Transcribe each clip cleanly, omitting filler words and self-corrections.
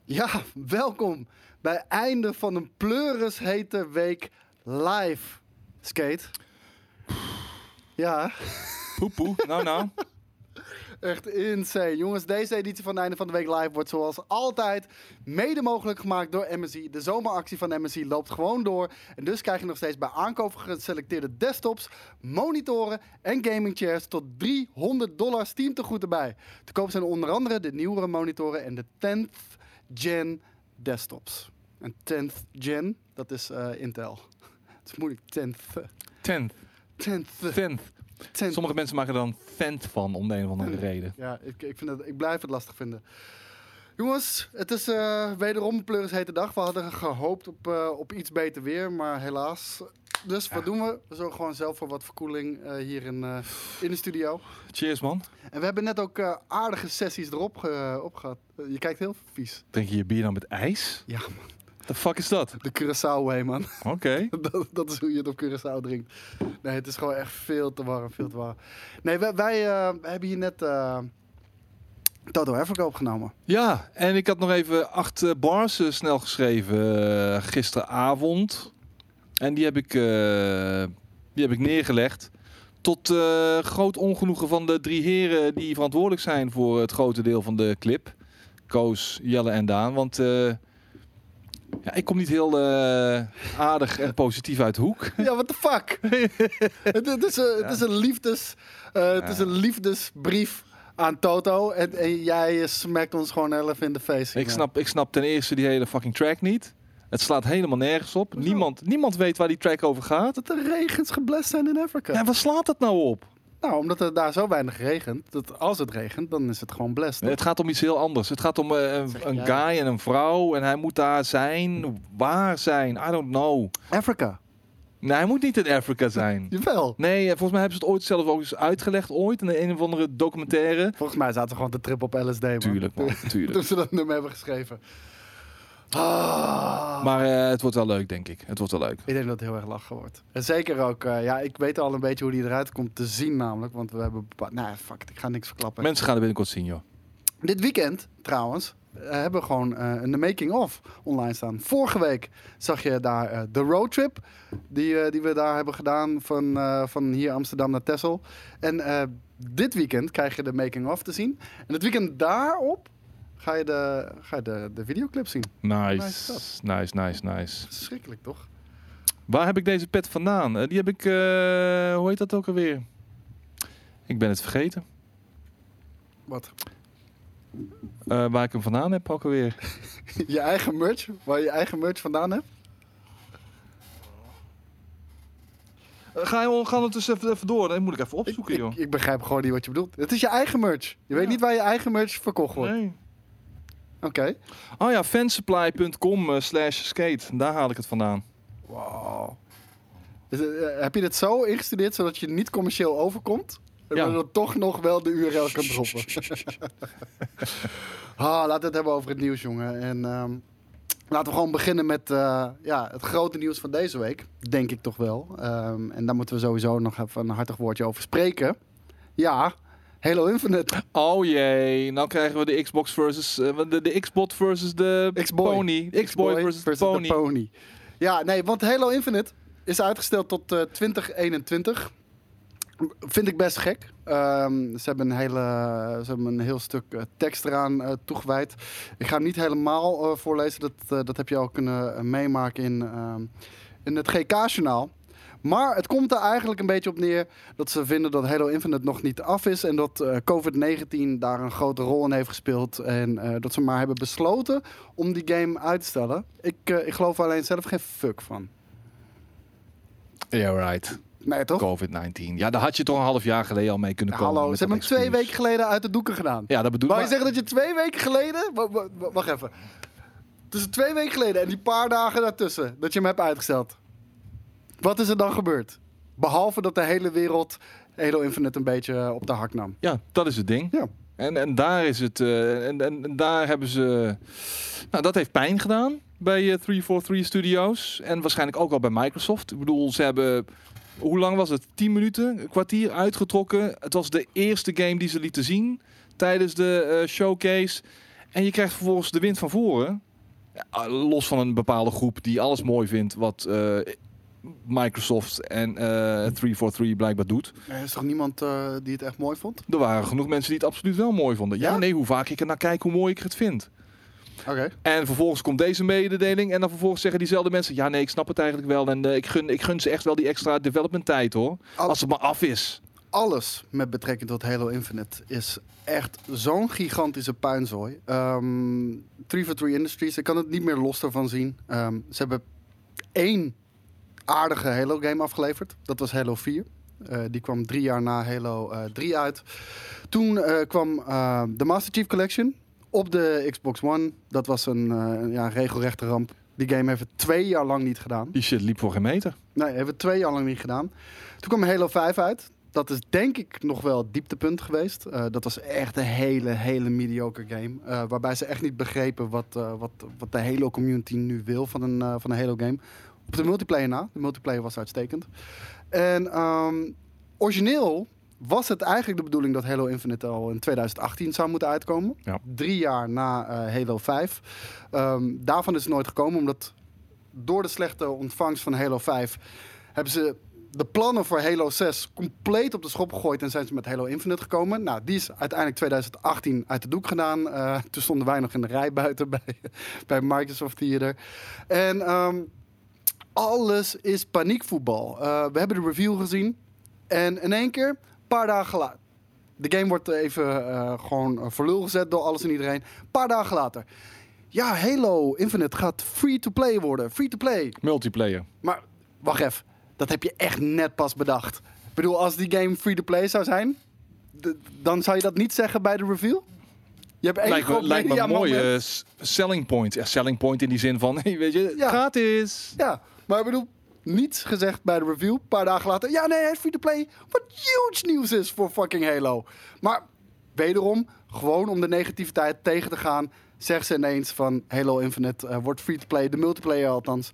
Ja, welkom bij einde van een pleurenshete week live. Skate. Ja, Poepoe, nou. echt insane. Jongens, deze editie van einde van de week live wordt zoals altijd mede mogelijk gemaakt door MSI. De zomeractie van MSI loopt gewoon door. En dus krijg je nog steeds bij aankoop van geselecteerde desktops, monitoren en gamingchairs tot $300 Steam tegoed erbij. Te koop zijn onder andere de nieuwere monitoren en de 10th gen desktops. En 10th gen, dat is Intel. Het is moeilijk, 10th. 10th. Sommige mensen maken er dan vent van om de een of andere reden. Ja, ik blijf het lastig vinden. Jongens, het is wederom een pleurenshete dag. We hadden gehoopt op iets beter weer, maar helaas. Dus wat doen we? We zorgen gewoon zelf voor wat verkoeling hier in de studio. Cheers, man. En we hebben net ook aardige sessies erop op gehad. Je kijkt heel vies. Drink je je bier dan met ijs? Ja, man. The fuck is dat? De Curaçao way, man. Oké. Dat is hoe je het op Curaçao drinkt. Nee, het is gewoon echt veel te warm, veel te warm. Nee, wij hebben hier net Toto Africa opgenomen. Ja, en ik had nog even 8 bars snel geschreven gisteravond. En die heb ik neergelegd. Tot groot ongenoegen van de 3 heren die verantwoordelijk zijn voor het grote deel van de clip. Koos, Jelle en Daan. Want ja, ik kom niet heel aardig en positief uit de hoek. Ja, what the fuck? Het is een liefdesbrief aan Toto. En jij smekt ons gewoon heel even in de face. Ik snap ten eerste die hele fucking track niet. Het slaat helemaal nergens op. Niemand weet waar die track over gaat. Dat er regens geblest zijn in Afrika. Ja, waar slaat het nou op? Nou, omdat het daar zo weinig regent. Dat als het regent, dan is het gewoon blest. Nee, het gaat om iets heel anders. Het gaat om een guy en een vrouw. En hij moet daar zijn. Waar zijn? I don't know. Afrika. Nee, hij moet niet in Afrika zijn. Jawel. Nee, volgens mij hebben ze het ooit zelf ook eens uitgelegd. Ooit in een of andere documentaire. Volgens mij zaten ze gewoon te trip op LSD, man. Tuurlijk, man. Tuurlijk. Toen ze dat nummer hebben geschreven. Maar het wordt wel leuk, denk ik. Het wordt wel leuk. Ik denk dat het heel erg lachen wordt. En zeker ook, ja, ik weet al een beetje hoe die eruit komt te zien namelijk. Want we hebben bepaald... Nou, fuck it, ik ga niks verklappen. Mensen gaan er binnenkort zien, joh. Dit weekend, trouwens, hebben we gewoon een making-of online staan. Vorige week zag je daar de roadtrip die we daar hebben gedaan van hier Amsterdam naar Texel. En dit weekend krijg je de making-of te zien. En het weekend daarop ga je de videoclip zien. Nice. Schrikkelijk, toch? Waar heb ik deze pet vandaan? Die heb ik, hoe heet dat ook alweer? Ik ben het vergeten. Wat? Waar ik hem vandaan heb ook alweer. Je eigen merch? Waar je je eigen merch vandaan hebt? Gaan we dus even door? Dan moet ik even opzoeken, joh. Ik begrijp gewoon niet wat je bedoelt. Het is je eigen merch. Je weet niet waar je eigen merch verkocht wordt. Nee. Oké. Oh ja, fansupply.com/skate. Daar haal ik het vandaan. Wow. Heb je dit zo ingestudeerd zodat je niet commercieel overkomt? En Ja. dan toch nog wel de URL kan droppen. Laten we het hebben over het nieuws, jongen. En laten we gewoon beginnen met het grote nieuws van deze week. Denk ik toch wel. En daar moeten we sowieso nog even een hartig woordje over spreken. Ja, Halo Infinite. Oh jee, nou krijgen we de Xbox versus de Xbot versus de X-Boy. Pony. X-Boy versus de Pony. Ja, nee, want Halo Infinite is uitgesteld tot 2021. Vind ik best gek. Ze hebben een heel stuk tekst eraan toegewijd. Ik ga hem niet helemaal voorlezen. Dat heb je al kunnen meemaken in het GK-journaal. Maar het komt er eigenlijk een beetje op neer dat ze vinden dat Halo Infinite nog niet af is. En dat COVID-19 daar een grote rol in heeft gespeeld. En dat ze maar hebben besloten om die game uit te stellen. Ik geloof er alleen zelf geen fuck van. Yeah, right. Nee, toch? COVID-19. Ja, daar had je toch een half jaar geleden al mee kunnen komen. Hallo, met ze hebben dat hem 2 excuus. weken geleden uit de doeken gedaan. Ja, dat bedoel Wou ik. je zeggen dat je 2 weken geleden... Wacht even. Tussen 2 weken geleden en die paar dagen daartussen... dat je hem hebt uitgesteld. Wat is er dan gebeurd? Behalve dat de hele wereld Halo Infinite een beetje op de hak nam. Ja, dat is het ding. Ja. En daar is het... en daar hebben ze... Nou, dat heeft pijn gedaan bij 343 Studios. En waarschijnlijk ook wel bij Microsoft. Ik bedoel, ze hebben... Hoe lang was het? 10 minuten? Een kwartier uitgetrokken. Het was de eerste game die ze lieten zien tijdens de showcase. En je krijgt vervolgens de wind van voren. Ja, los van een bepaalde groep die alles mooi vindt wat Microsoft en 343 blijkbaar doet. Er is toch niemand die het echt mooi vond? Er waren genoeg mensen die het absoluut wel mooi vonden. Ja, Ja? nee, hoe vaak ik er naar kijk, hoe mooi ik het vind. Oké. En vervolgens komt deze mededeling en dan vervolgens zeggen diezelfde mensen... Ja, nee, ik snap het eigenlijk wel en ik gun ze echt wel die extra development tijd, hoor. Als het maar af is. Alles met betrekking tot Halo Infinite is echt zo'n gigantische puinzooi. 343 Industries, ik kan het niet meer los ervan zien. Ze hebben 1 aardige Halo-game afgeleverd. Dat was Halo 4. Die kwam 3 jaar na Halo 3 uit. Toen kwam de Master Chief Collection op de Xbox One. Dat was een regelrechte ramp. Die game heeft het 2 jaar lang niet gedaan. Die shit liep voor geen meter. Nee, heeft het 2 jaar lang niet gedaan. Toen kwam Halo 5 uit. Dat is denk ik nog wel het dieptepunt geweest. Dat was echt een hele mediocre game. Waarbij ze echt niet begrepen wat de Halo community nu wil van een Halo game. Op de multiplayer na. De multiplayer was uitstekend. En origineel was het eigenlijk de bedoeling dat Halo Infinite al in 2018 zou moeten uitkomen. Ja. 3 jaar na Halo 5. Daarvan is het nooit gekomen, omdat door de slechte ontvangst van Halo 5 hebben ze de plannen voor Halo 6 compleet op de schop gegooid en zijn ze met Halo Infinite gekomen. Nou, die is uiteindelijk 2018 uit de doek gedaan. Toen stonden wij nog in de rij buiten bij Microsoft Theater. En alles is paniekvoetbal. We hebben de review gezien en in één keer, een paar dagen later. De game wordt even gewoon voor lul gezet door alles en iedereen. Een paar dagen later. Ja, Halo Infinite gaat free-to-play worden. Free-to-play. Multiplayer. Maar wacht even. Dat heb je echt net pas bedacht. Ik bedoel, als die game free-to-play zou zijn, dan zou je dat niet zeggen bij de reveal? Je hebt één groot lijkt me een mooie mediamoment. selling point. Ja, selling point in die zin van, weet je, Ja. gratis. Ja, maar ik bedoel, niets gezegd bij de review. Een paar dagen later, ja nee, hij is free-to-play. Wat huge nieuws is voor fucking Halo. Maar wederom, gewoon om de negativiteit tegen te gaan, zegt ze ineens van Halo Infinite wordt free-to-play. De multiplayer althans.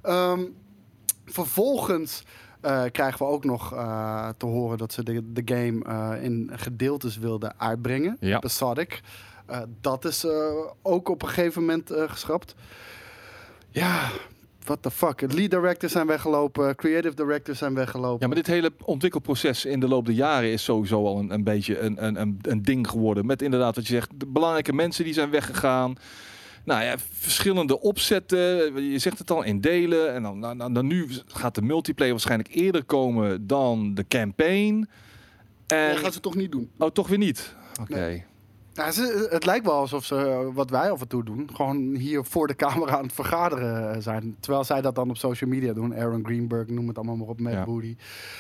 Vervolgens krijgen we ook nog te horen dat ze de game in gedeeltes wilden uitbrengen. Ja. Episodic. Dat is ook op een gegeven moment geschrapt. Ja, what the fuck. Lead directors zijn weggelopen. Creative directors zijn weggelopen. Ja, maar dit hele ontwikkelproces in de loop der jaren is sowieso al een beetje een ding geworden. Met inderdaad wat je zegt, de belangrijke mensen die zijn weggegaan. Nou ja, verschillende opzetten. Je zegt het al, in delen. En dan nu gaat de multiplayer waarschijnlijk eerder komen dan de campaign. En Dat gaan ze toch niet doen. oh, toch weer niet? Oké. Nee. Ja, het lijkt wel alsof ze, wat wij af en toe doen, gewoon hier voor de camera aan het vergaderen zijn. Terwijl zij dat dan op social media doen. Aaron Greenberg, noem het allemaal maar op, Matt Ja. Booty.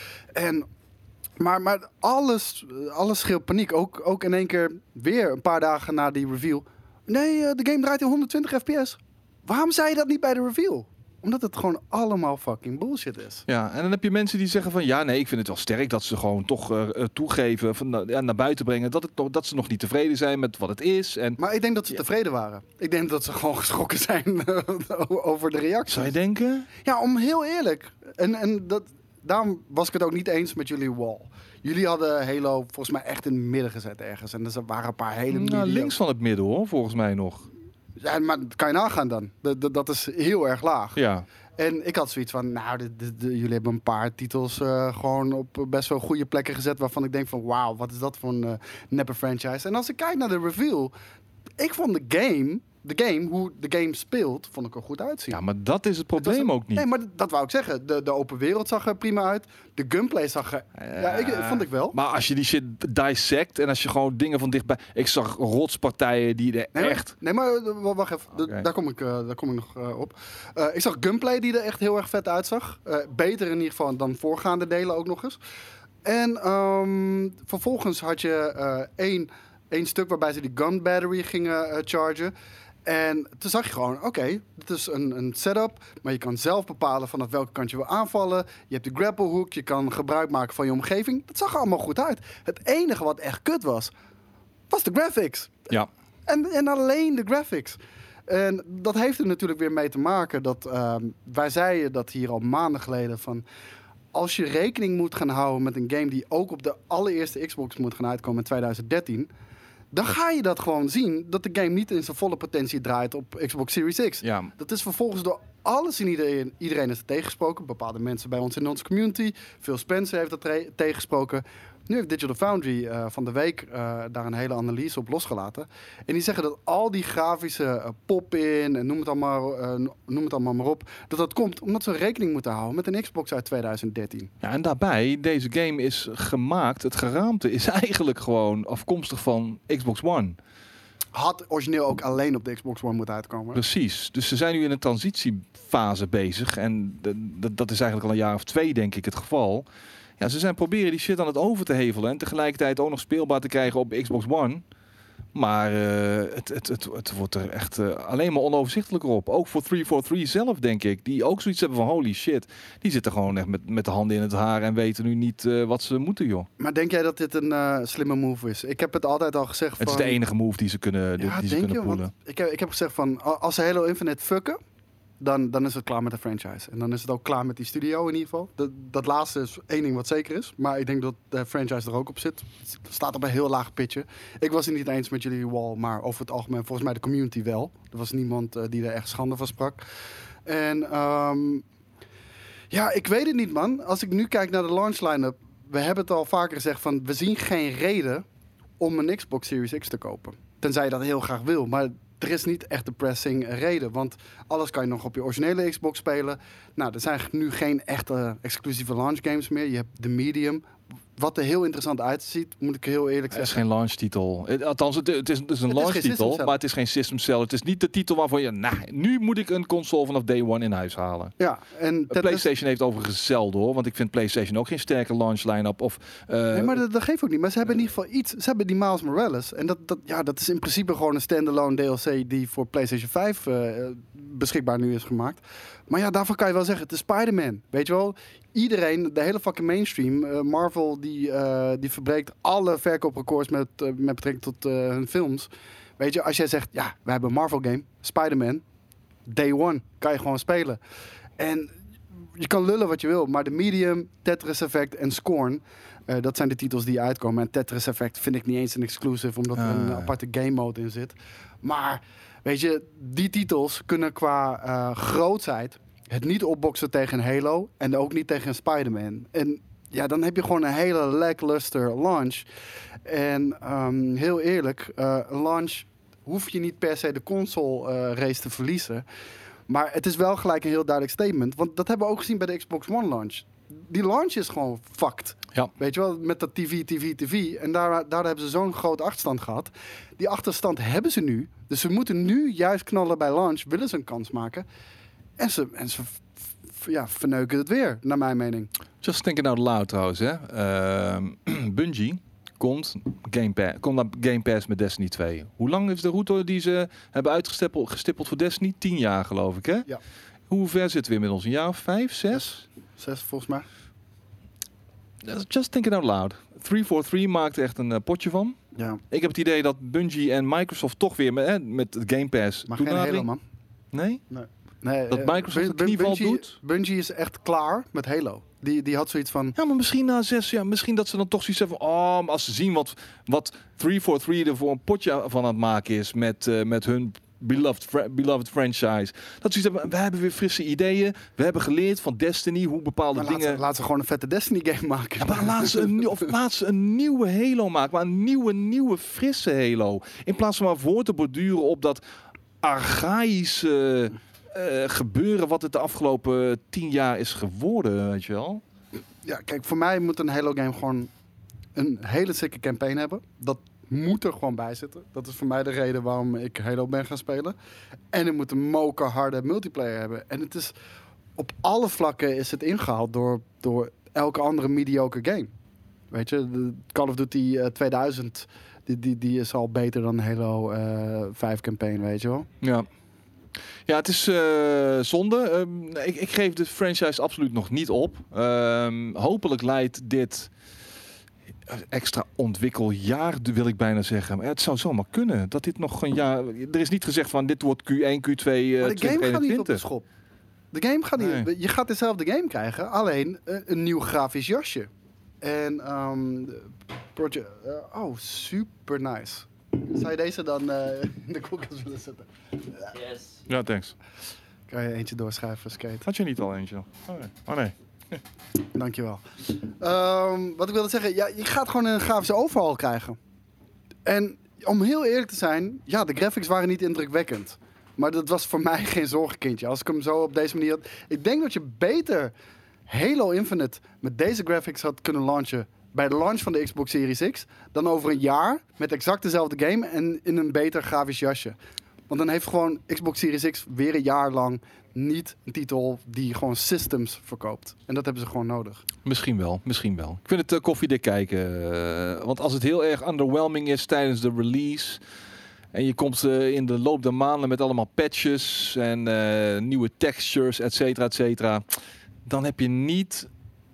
Maar alles scheelt paniek. Ook in één keer weer een paar dagen na die reveal. Nee, de game draait in 120 fps. Waarom zei je dat niet bij de reveal? Omdat het gewoon allemaal fucking bullshit is. Ja, en dan heb je mensen die zeggen van ja, nee, ik vind het wel sterk dat ze gewoon toch toegeven, van, naar buiten brengen dat ze nog niet tevreden zijn met wat het is. En Maar ik denk dat ze tevreden waren. Ik denk dat ze gewoon geschrokken zijn over de reacties. zou je denken? Ja, om heel eerlijk. Daarom was ik het ook niet eens met jullie wall. Jullie hadden Halo volgens mij echt in het midden gezet ergens. En er waren een paar hele Nou, links van het midden hoor, volgens mij nog. Ja, maar dat kan je nagaan dan. Dat is heel erg laag. Ja. En ik had zoiets van, nou, jullie hebben een paar titels gewoon op best wel goede plekken gezet. Waarvan ik denk van, wauw, wat is dat voor een neppe franchise. En als ik kijk naar de reveal, ik vond de game, hoe de game speelt, vond ik er goed uitzien. Ja, maar dat is het probleem ook niet. Nee, maar dat wou ik zeggen. De open wereld zag er prima uit. De gunplay zag er... vond ik wel. Maar als je die shit dissect en als je gewoon dingen van dichtbij... Ik zag rotspartijen die er echt... Nee, maar wacht even. Oké. Daar kom ik nog op. Ik zag gunplay die er echt heel erg vet uitzag. Beter in ieder geval dan voorgaande delen ook nog eens. En vervolgens had je één stuk waarbij ze die gun battery gingen chargen. En toen zag je gewoon, oké, dit is een setup, maar je kan zelf bepalen vanaf welke kant je wil aanvallen. Je hebt de grapple hook, je kan gebruik maken van je omgeving. Dat zag er allemaal goed uit. Het enige wat echt kut was de graphics. Ja. En alleen de graphics. En dat heeft er natuurlijk weer mee te maken dat wij zeiden dat hier al maanden geleden van, als je rekening moet gaan houden met een game die ook op de allereerste Xbox moet gaan uitkomen in 2013, dan ga je dat gewoon zien, dat de game niet in zijn volle potentie draait op Xbox Series X. Ja. Dat is vervolgens door alles en iedereen is er tegengesproken. Bepaalde mensen bij ons in onze community. Phil Spencer heeft dat tegengesproken. Nu heeft Digital Foundry van de week daar een hele analyse op losgelaten. En die zeggen dat al die grafische pop-in en noem het allemaal maar op, dat komt omdat ze rekening moeten houden met een Xbox uit 2013. Ja, en daarbij, deze game is gemaakt, het geraamte is eigenlijk gewoon afkomstig van Xbox One. Had origineel ook alleen op de Xbox One moeten uitkomen. Precies. Dus ze zijn nu in een transitiefase bezig. En dat is eigenlijk al een jaar of 2, denk ik, het geval. Ja, ze zijn proberen die shit aan het over te hevelen. En tegelijkertijd ook nog speelbaar te krijgen op Xbox One. Maar het wordt er echt alleen maar onoverzichtelijker op. Ook voor 343 zelf, denk ik. Die ook zoiets hebben van holy shit. Die zitten gewoon echt met de handen in het haar en weten nu niet wat ze moeten, joh. Maar denk jij dat dit een slimme move is? Ik heb het altijd al gezegd Het van... is de enige move die ze kunnen, die ze kunnen pullen. Ik heb gezegd van, als ze Halo Infinite fucken, dan is het klaar met de franchise. En dan is het ook klaar met die studio in ieder geval. Dat laatste is één ding wat zeker is. Maar ik denk dat de franchise er ook op zit. Het staat op een heel laag pitje. Ik was het niet eens met jullie wall, maar over het algemeen volgens mij de community wel. Er was niemand die er echt schande van sprak. En ja, ik weet het niet, man. Als ik nu kijk naar de launch line-up, we hebben het al vaker gezegd van, we zien geen reden om een Xbox Series X te kopen. Tenzij je dat heel graag wil, maar er is niet echt de pressing reden. Want alles kan je nog op je originele Xbox spelen. Nou, er zijn nu geen echte exclusieve launch games meer. Je hebt de Medium. Wat er heel interessant uitziet, moet ik heel eerlijk Het is zeggen. geen launchtitel. Althans, het is een launchtitel, maar het is geen system seller. Het is niet de titel waarvan je, nu moet ik een console vanaf day one in huis halen. Ja, en PlayStation heeft overigens zelden, hoor. Want ik vind PlayStation ook geen sterke launch line-up. Nee, maar dat geeft ook niet. Maar ze hebben in ieder geval iets. Ze hebben die Miles Morales. En dat is in principe gewoon een standalone DLC die voor PlayStation 5 beschikbaar nu is gemaakt. Maar ja, daarvoor kan je wel zeggen, het is Spider-Man. Weet je wel? Iedereen, de hele fucking mainstream, Marvel, die verbreekt alle verkooprecords met betrekking tot hun films. Weet je, als jij zegt, ja, we hebben een Marvel game, Spider-Man, day one, kan je gewoon spelen. En je kan lullen wat je wil, maar de Medium, Tetris Effect en Scorn, dat zijn de titels die uitkomen. En Tetris Effect vind ik niet eens een exclusive, omdat er een aparte game mode in zit. Maar weet je, die titels kunnen qua grootheid het niet opboksen tegen Halo en ook niet tegen Spider-Man. En ja, dan heb je gewoon een hele lackluster launch. En heel eerlijk, een launch hoef je niet per se de console race te verliezen. Maar het is wel gelijk een heel duidelijk statement. Want dat hebben we ook gezien bij de Xbox One launch. Die launch is gewoon fucked. Ja. Weet je wel, met dat TV. En daar hebben ze zo'n grote achterstand gehad. Die achterstand hebben ze nu. Dus ze moeten nu juist knallen bij launch. Willen ze een kans maken. En ze verneuken het weer, naar mijn mening. Just thinking out loud trouwens, hè. Bungie komt naar Game Pass met Destiny 2. Hoe lang is de route die ze hebben gestippeld voor Destiny? 10 jaar, geloof ik, hè? Ja. Hoe ver zitten we inmiddels? Een jaar of 5, 6? 6 volgens mij. Just thinking out loud. 343 maakt er echt een potje van. Ja. Ik heb het idee dat Bungie en Microsoft toch weer met het Game Pass Maar geen Halo, man. Nee? Nee, Dat Microsoft het knieval doet? Bungie is echt klaar met Halo. Die had zoiets van... Ja, maar misschien na 6 jaar, misschien dat ze dan toch zoiets hebben van, maar als ze zien wat 343 er voor een potje van aan het maken is met hun beloved franchise. Dat ze hebben, we hebben weer frisse ideeën. We hebben geleerd van Destiny hoe bepaalde dingen... Laat ze gewoon een vette Destiny game maken. Ja, maar laat ze een nieuwe Halo maken. Maar een nieuwe frisse Halo. In plaats van maar voor te borduren op dat archaïsche gebeuren wat het de afgelopen 10 jaar is geworden, weet je wel. Ja, kijk, voor mij moet een Halo game gewoon een hele sicke campaign hebben. Dat moet er gewoon bij zitten. Dat is voor mij de reden waarom ik Halo ben gaan spelen. En het moet een mokerharde multiplayer hebben. En het is op alle vlakken is het ingehaald door elke andere mediocre game. Weet je, de Call of Duty 2000, die is al beter dan Halo 5 campaign, weet je wel. Ja. Ja, het is zonde. Ik geef de franchise absoluut nog niet op. Hopelijk leidt dit extra ontwikkeljaar, wil ik bijna zeggen. Maar het zou zomaar kunnen dat dit nog een jaar... Er is niet gezegd van dit wordt Q1, Q2, maar de game gaat niet op de 2021. schop. De game gaat niet... Nee. Je gaat dezelfde game krijgen, alleen een nieuw grafisch jasje. En super nice. Zou je deze dan in de koelkast willen zetten? Yes. Ja, thanks. Kan je eentje doorschuiven, Skate? Had je niet al eentje? Oh nee. Dankjewel. Wat ik wilde zeggen, ja, je gaat gewoon een grafische overhaul krijgen. En om heel eerlijk te zijn, ja, de graphics waren niet indrukwekkend. Maar dat was voor mij geen zorgenkindje. Als ik hem zo op deze manier had... Ik denk dat je beter Halo Infinite met deze graphics had kunnen launchen bij de launch van de Xbox Series X dan over een jaar met exact dezelfde game en in een beter grafisch jasje. Want dan heeft gewoon Xbox Series X weer een jaar lang niet een titel die gewoon systems verkoopt. En dat hebben ze gewoon nodig. Misschien wel. Ik vind het koffiedik kijken. Want als het heel erg underwhelming is tijdens de release en je komt in de loop der maanden met allemaal patches en nieuwe textures, et cetera, dan heb je niet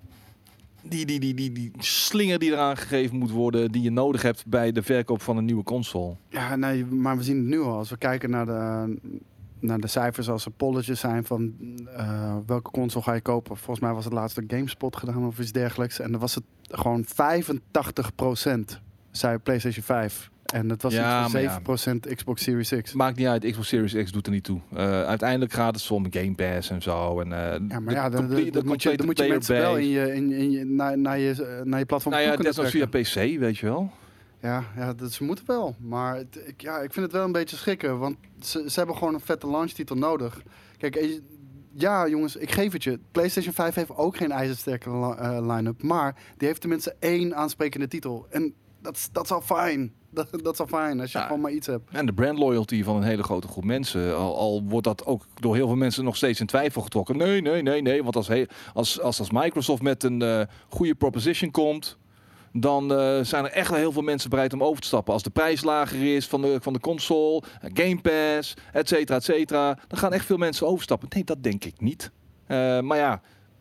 die slinger die eraan gegeven moet worden die je nodig hebt bij de verkoop van een nieuwe console. Ja, nee, maar we zien het nu al. Als we kijken naar de cijfers, als er polletjes zijn van welke console ga je kopen. Volgens mij was het laatste GameSpot gedaan of iets dergelijks. En dan was het gewoon 85% zei PlayStation 5. En dat was Ja, iets van 7% Xbox Series X. Maakt niet uit, Xbox Series X doet er niet toe. Uiteindelijk gaat het om Game Pass en zo. En, ja, maar ja, dan moet je mensen wel naar je platform nou ja, kunnen dat is via PC, weet je wel. Ja, ze moeten wel. Maar ik vind het wel een beetje schrikken. Want ze hebben gewoon een vette launchtitel nodig. Kijk, ja jongens, ik geef het je. PlayStation 5 heeft ook geen ijzersterke line-up. Maar die heeft tenminste 1 aansprekende titel. En dat is al fijn. Dat is al fijn als je gewoon maar iets hebt. En de brand loyalty van een hele grote groep mensen. Al wordt dat ook door heel veel mensen nog steeds in twijfel getrokken. Nee. Want als Microsoft met een goede proposition komt, dan zijn er echt wel heel veel mensen bereid om over te stappen. Als de prijs lager is van de console, Game Pass, et cetera, dan gaan echt veel mensen overstappen. Nee, dat denk ik niet. Maar ja,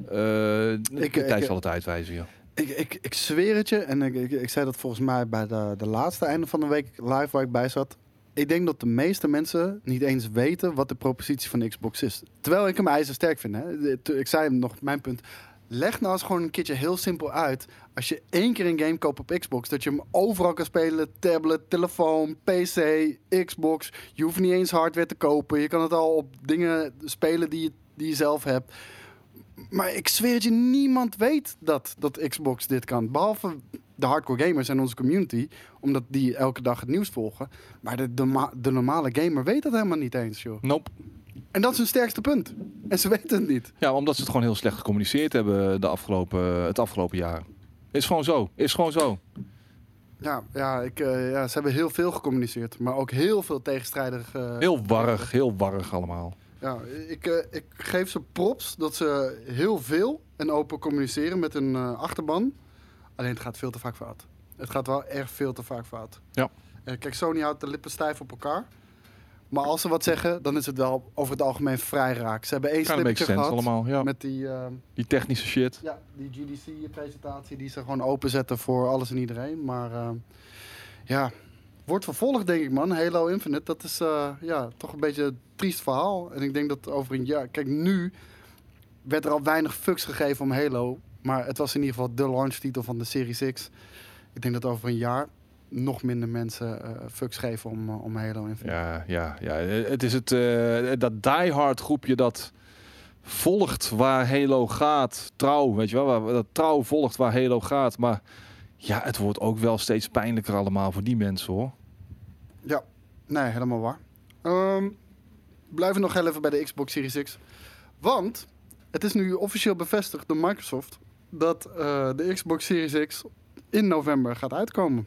de tijd zal het uitwijzen. Joh. Ik zweer het je, en ik zei dat volgens mij bij de laatste einde van de week live waar ik bij zat. Ik denk dat de meeste mensen niet eens weten wat de propositie van Xbox is. Terwijl ik hem ijzersterk vind. Hè. Ik zei hem nog, mijn punt. Leg nou eens gewoon een keertje heel simpel uit. Als je 1 keer een game koopt op Xbox, dat je hem overal kan spelen. Tablet, telefoon, PC, Xbox. Je hoeft niet eens hardware te kopen. Je kan het al op dingen spelen die je zelf hebt. Maar ik zweer het je, niemand weet dat Xbox dit kan. Behalve de hardcore gamers en onze community. Omdat die elke dag het nieuws volgen. Maar de normale gamer weet dat helemaal niet eens, joh. Nope. En dat is hun sterkste punt. En ze weten het niet. Ja, omdat ze het gewoon heel slecht gecommuniceerd hebben het afgelopen jaar. Is gewoon zo. Ja, ze hebben heel veel gecommuniceerd. Maar ook heel veel tegenstrijdig. Heel warrig allemaal. Ja, ik geef ze props dat ze heel veel en open communiceren met hun achterban. Alleen het gaat veel te vaak fout. Het gaat wel echt veel te vaak fout. Ja. Kijk, Sony houdt de lippen stijf op elkaar. Maar als ze wat zeggen, dan is het wel over het algemeen vrij raak. Ze hebben 1 slippertje gehad allemaal, ja. met die technische shit. Ja, die GDC-presentatie die ze gewoon openzetten voor alles en iedereen. Maar ja, wordt vervolgd denk ik, man. Halo Infinite, dat is toch een beetje een triest verhaal. En ik denk dat over een jaar... Kijk, nu werd er al weinig fucks gegeven om Halo. Maar het was in ieder geval de launchtitel van de Series X. Ik denk dat over een jaar nog minder mensen fucks geven om Halo Infinite. Ja. Het is dat diehard groepje dat volgt waar Halo gaat. Trouw, weet je wel. Dat trouw volgt waar Halo gaat. Maar ja, het wordt ook wel steeds pijnlijker allemaal voor die mensen, hoor. Ja, nee, helemaal waar. Blijven nog heel even bij de Xbox Series X. Want het is nu officieel bevestigd door Microsoft dat de Xbox Series X in november gaat uitkomen.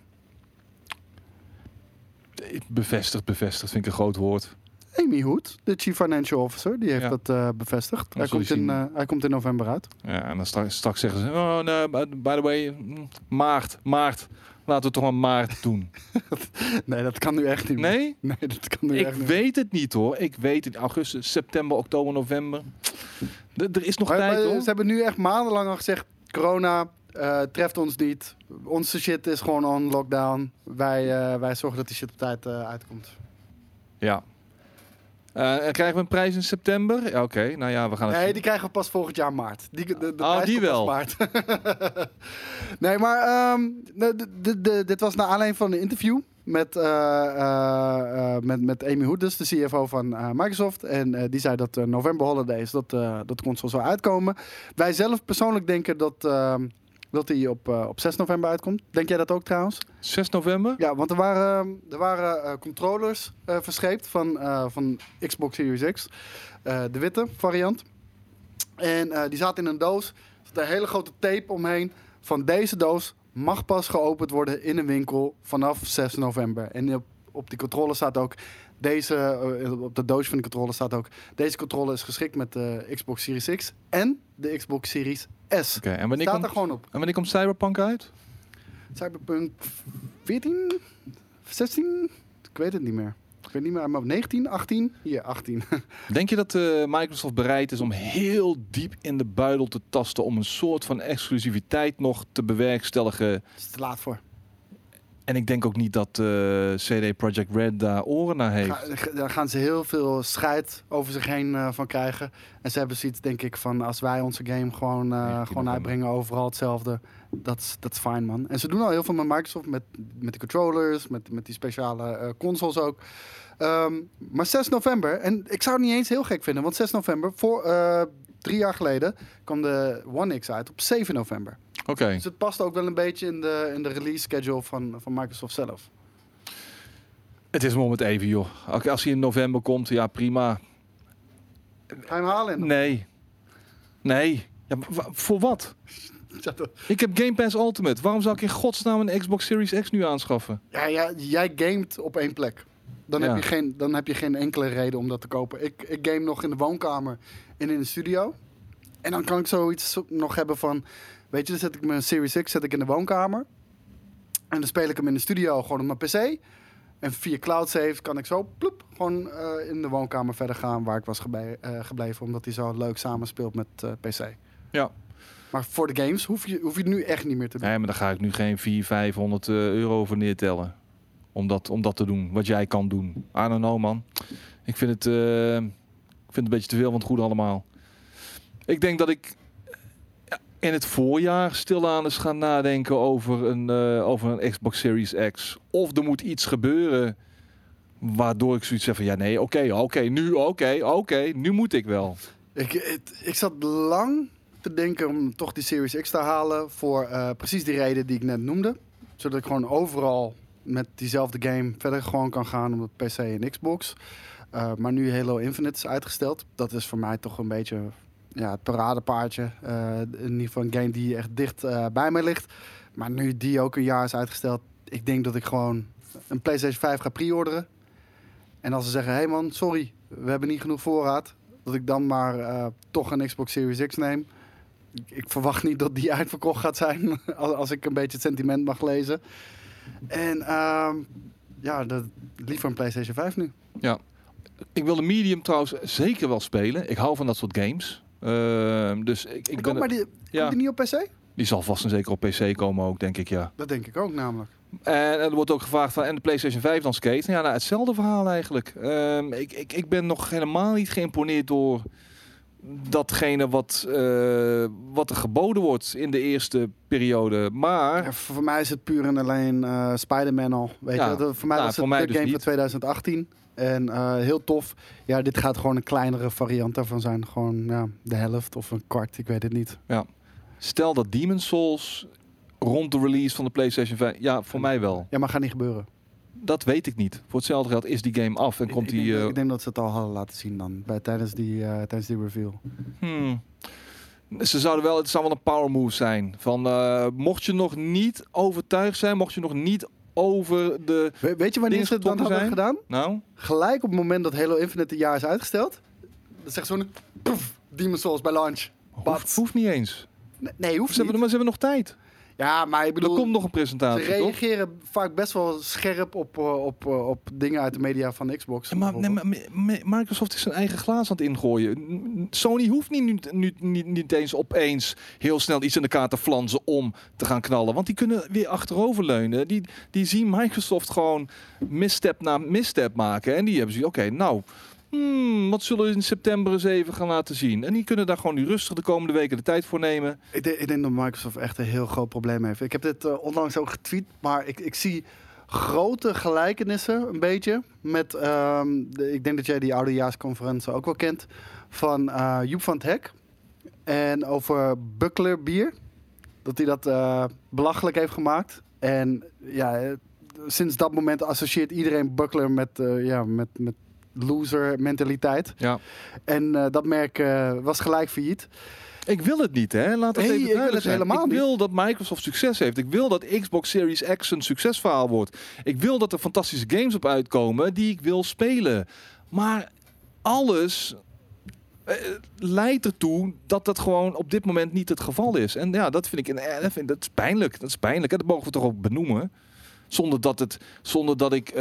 Bevestigd vind ik een groot woord. Amy Hood, de Chief Financial Officer, die heeft dat bevestigd. Hij komt in november uit. Ja, en dan straks zeggen ze, oh nee, by the way, maart. Laten we toch maar maart doen. Nee, dat kan nu echt niet meer. Nee? Nee, dat kan nu echt niet. Ik weet het niet, hoor. Ik weet het. Augustus, september, oktober, november. Er is nog tijd, hoor. Ze hebben nu echt maandenlang al gezegd, corona treft ons niet. Onze shit is gewoon on lockdown. Wij zorgen dat die shit op tijd uitkomt. Ja. Krijgen we een prijs in september? Ja, oké. Nou ja, we gaan het... Nee, die krijgen we pas volgend jaar maart. De prijs die komt wel. Pas maart. Nee, maar dit was naar aanleiding van een interview met Amy Hood, dus de CFO van Microsoft. En die zei dat November Holidays, dat de console zou uitkomen. Wij zelf persoonlijk denken dat die op 6 november uitkomt. Denk jij dat ook trouwens? 6 november? Ja, want er waren controllers verscheept van Xbox Series X. De witte variant. En die zaten in een doos. Er zat een hele grote tape omheen. Van deze doos mag pas geopend worden in een winkel vanaf 6 november. En op die controller staat ook op de doos van de controller staat ook... Deze controller is geschikt met de Xbox Series X en de Xbox Series S. Oké, en wanneer staat er gewoon op. En wanneer komt Cyberpunk uit? Cyberpunk 14? 16? Ik weet het niet meer. Ik weet niet meer, maar 19, 18? Hier, 18. Denk je dat Microsoft bereid is om heel diep in de buidel te tasten om een soort van exclusiviteit nog te bewerkstelligen? Dat is te laat voor. En ik denk ook niet dat CD Projekt Red daar oren naar heeft. Daar gaan ze heel veel scheid over zich heen van krijgen. En ze hebben zoiets, denk ik, van als wij onze game gewoon uitbrengen, overal hetzelfde. Dat is fijn, man. En ze doen al heel veel met Microsoft, met de controllers, met die speciale consoles ook. Maar 6 november, en ik zou het niet eens heel gek vinden, want 6 november, 3 jaar geleden, kwam de One X uit op 7 november. Oké. Dus het past ook wel een beetje in de release schedule van Microsoft zelf. Het is moment even, joh. Als hij in november komt, ja, prima. Ga je hem halen? Nee. Ja, voor wat? Ik heb Game Pass Ultimate. Waarom zou ik in godsnaam een Xbox Series X nu aanschaffen? Ja, jij gamet op één plek. Dan heb je geen enkele reden om dat te kopen. Ik game nog in de woonkamer en in de studio. En dan kan ik zoiets nog hebben van... Weet je, dan zet ik mijn Series X in de woonkamer. En dan speel ik hem in de studio gewoon op mijn PC. En via Cloud Save kan ik zo gewoon in de woonkamer verder gaan waar ik was gebleven. Omdat hij zo leuk samenspeelt met PC. Ja. Maar voor de games hoef je het nu echt niet meer te doen. Nee, maar daar ga ik nu geen 400-500 euro voor neertellen. Om dat te doen, wat jij kan doen. I don't know, man. Ik vind het een beetje te veel van het goede allemaal. Ik denk dat ik in het voorjaar stilaan eens gaan nadenken over een Xbox Series X. Of er moet iets gebeuren waardoor ik zoiets zeg van... Ja, nee, oké, nu moet ik wel. Ik zat lang te denken om toch die Series X te halen voor precies die reden die ik net noemde. Zodat ik gewoon overal met diezelfde game verder gewoon kan gaan op PC en Xbox. Maar nu Halo Infinite is uitgesteld. Dat is voor mij toch een beetje het paradepaardje. In ieder geval een game die echt dicht bij mij ligt. Maar nu die ook een jaar is uitgesteld. Ik denk dat ik gewoon een PlayStation 5 ga pre-orderen. En als ze zeggen, hey man, sorry, we hebben niet genoeg voorraad. Dat ik dan maar toch een Xbox Series X neem. Ik verwacht niet dat die uitverkocht gaat zijn. Als ik een beetje het sentiment mag lezen. En liever een PlayStation 5 nu. Ja. Ik wil de medium trouwens zeker wel spelen. Ik hou van dat soort games. Dus ik ben... Maar komt die niet op PC? Die zal vast en zeker op PC komen ook, denk ik, ja. Dat denk ik ook namelijk. En er wordt ook gevraagd van, en de PlayStation 5 dan skate? Ja, hetzelfde verhaal eigenlijk. Ik ben nog helemaal niet geïmponeerd door datgene wat er geboden wordt in de eerste periode. Maar... Ja, voor mij is het puur en alleen Spider-Man al. Weet je? Voor mij was het de dus game van 2018. En heel tof. Ja, dit gaat gewoon een kleinere variant daarvan zijn. Gewoon de helft of een kwart, ik weet het niet. Ja. Stel dat Demon's Souls rond de release van de PlayStation 5... Ja, voor mij wel. Ja, maar gaat niet gebeuren. Dat weet ik niet. Voor hetzelfde geld is die game af en komt die... Ik denk dat ze het al hadden laten zien dan. Tijdens die reveal. Ze zouden wel... Het zou wel een power move zijn. Van, mocht je nog niet overtuigd zijn, mocht je nog niet over de... Weet je wanneer ze het dan hadden gedaan? Nou? Gelijk op het moment dat Halo Infinite een jaar is uitgesteld. Dan zegt zo'n... Demon's Souls bij launch. Hoeft niet eens. Nee, hoeft niet. Maar ze hebben nog tijd. Ja, maar ik bedoel... Er komt nog een presentatie, ze reageren vaak best wel scherp op dingen uit de media van Xbox. Ja, maar Microsoft is zijn eigen glaas aan het ingooien. Sony hoeft niet eens opeens heel snel iets in de kaart te flansen om te gaan knallen. Want die kunnen weer achteroverleunen. Die zien Microsoft gewoon misstep na misstep maken. En die hebben zoiets, wat zullen we in september eens even gaan laten zien? En die kunnen daar gewoon nu rustig de komende weken de tijd voor nemen. Ik denk dat Microsoft echt een heel groot probleem heeft. Ik heb dit onlangs ook getweet, maar ik zie grote gelijkenissen, een beetje. Met, ik denk dat jij die oudejaarsconferentie ook wel kent. Van Joep van het Hek. En over Buckler bier. Dat hij dat belachelijk heeft gemaakt. En ja, sinds dat moment associeert iedereen Buckler met loser mentaliteit. Ja. En dat merk was gelijk failliet. Ik wil het niet, hè? Laat het Nee, even ik wil duidelijk het zijn. helemaal Ik niet. wil dat Microsoft succes heeft. Ik wil dat Xbox Series X een succesverhaal wordt. Ik wil dat er fantastische games op uitkomen die ik wil spelen. Maar alles leidt ertoe dat dat gewoon op dit moment niet het geval is. En ja, dat vind ik dat is pijnlijk. Dat is pijnlijk. Hè? Dat mogen we toch ook benoemen. Zonder dat ik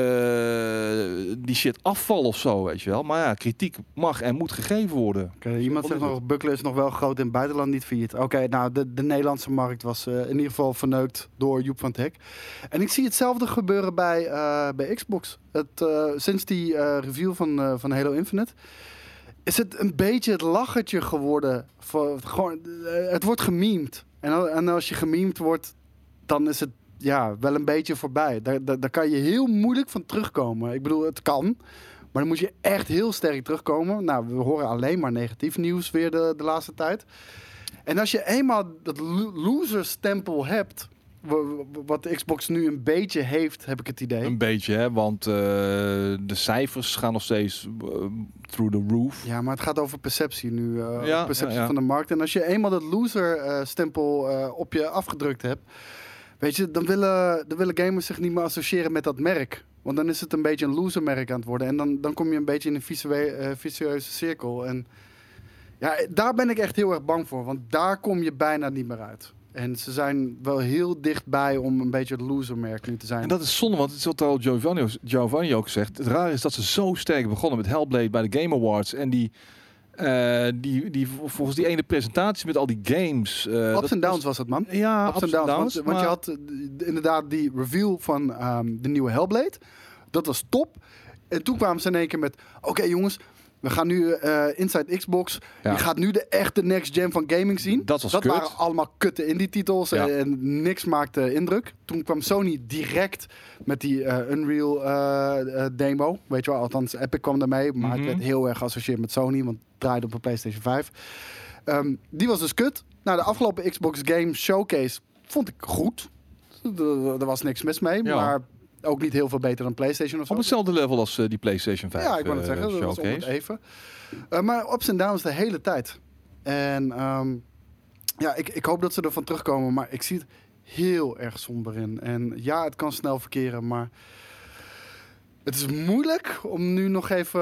die shit afval of zo, weet je wel. Maar ja, kritiek mag en moet gegeven worden. Okay, iemand zegt nog, Buckler is nog wel groot in het buitenland, niet failliet. Oké, nou, de Nederlandse markt was in ieder geval verneukt door Joep van het Hek. En ik zie hetzelfde gebeuren bij Xbox. Sinds die review van Halo Infinite is het een beetje het lachertje geworden. Het wordt gememd. En als je gememd wordt, dan is het wel een beetje voorbij. Daar kan je heel moeilijk van terugkomen. Ik bedoel, het kan. Maar dan moet je echt heel sterk terugkomen. Nou, we horen alleen maar negatief nieuws weer de laatste tijd. En als je eenmaal dat loser-stempel hebt, wat de Xbox nu een beetje heeft, heb ik het idee. Een beetje, hè? Want de cijfers gaan nog steeds through the roof. Ja, maar het gaat over perceptie nu. Perceptie ja. van de markt. En als je eenmaal dat loser-stempel op je afgedrukt hebt, weet je, dan willen gamers zich niet meer associëren met dat merk. Want dan is het een beetje een losermerk aan het worden. En dan kom je een beetje in een vicieuze cirkel. En ja, daar ben ik echt heel erg bang voor. Want daar kom je bijna niet meer uit. En ze zijn wel heel dichtbij om een beetje het losermerk nu te zijn. En dat is zonde, want het is wat al Giovanni ook zegt. Het raar is dat ze zo sterk begonnen met Hellblade bij de Game Awards. En die volgens die ene presentatie met al die games. Ups en downs was het, man. Ja, ups en downs. Want je had inderdaad die reveal van de nieuwe Hellblade. Dat was top. En toen kwamen ze in één keer met, oké, jongens, we gaan nu Inside Xbox. Ja. Je gaat nu de echte next gen van gaming zien. Dat waren allemaal kutte indie titels. Ja. En niks maakte indruk. Toen kwam Sony direct met die Unreal demo. Weet je wel, althans Epic kwam daarmee. Maar het werd heel erg geassocieerd met Sony. Want het draaide op een PlayStation 5. Die was dus kut. Nou, de afgelopen Xbox Game Showcase vond ik goed. Er was niks mis mee. Ja. Maar ook niet heel veel beter dan PlayStation of zo. Op hetzelfde level als die PlayStation 5 Ja, ik wou het zeggen. Dat was om het even. Maar ups en downs de hele tijd. En ik hoop dat ze ervan terugkomen. Maar ik zie het heel erg somber in. En ja, het kan snel verkeren. Maar het is moeilijk om nu nog even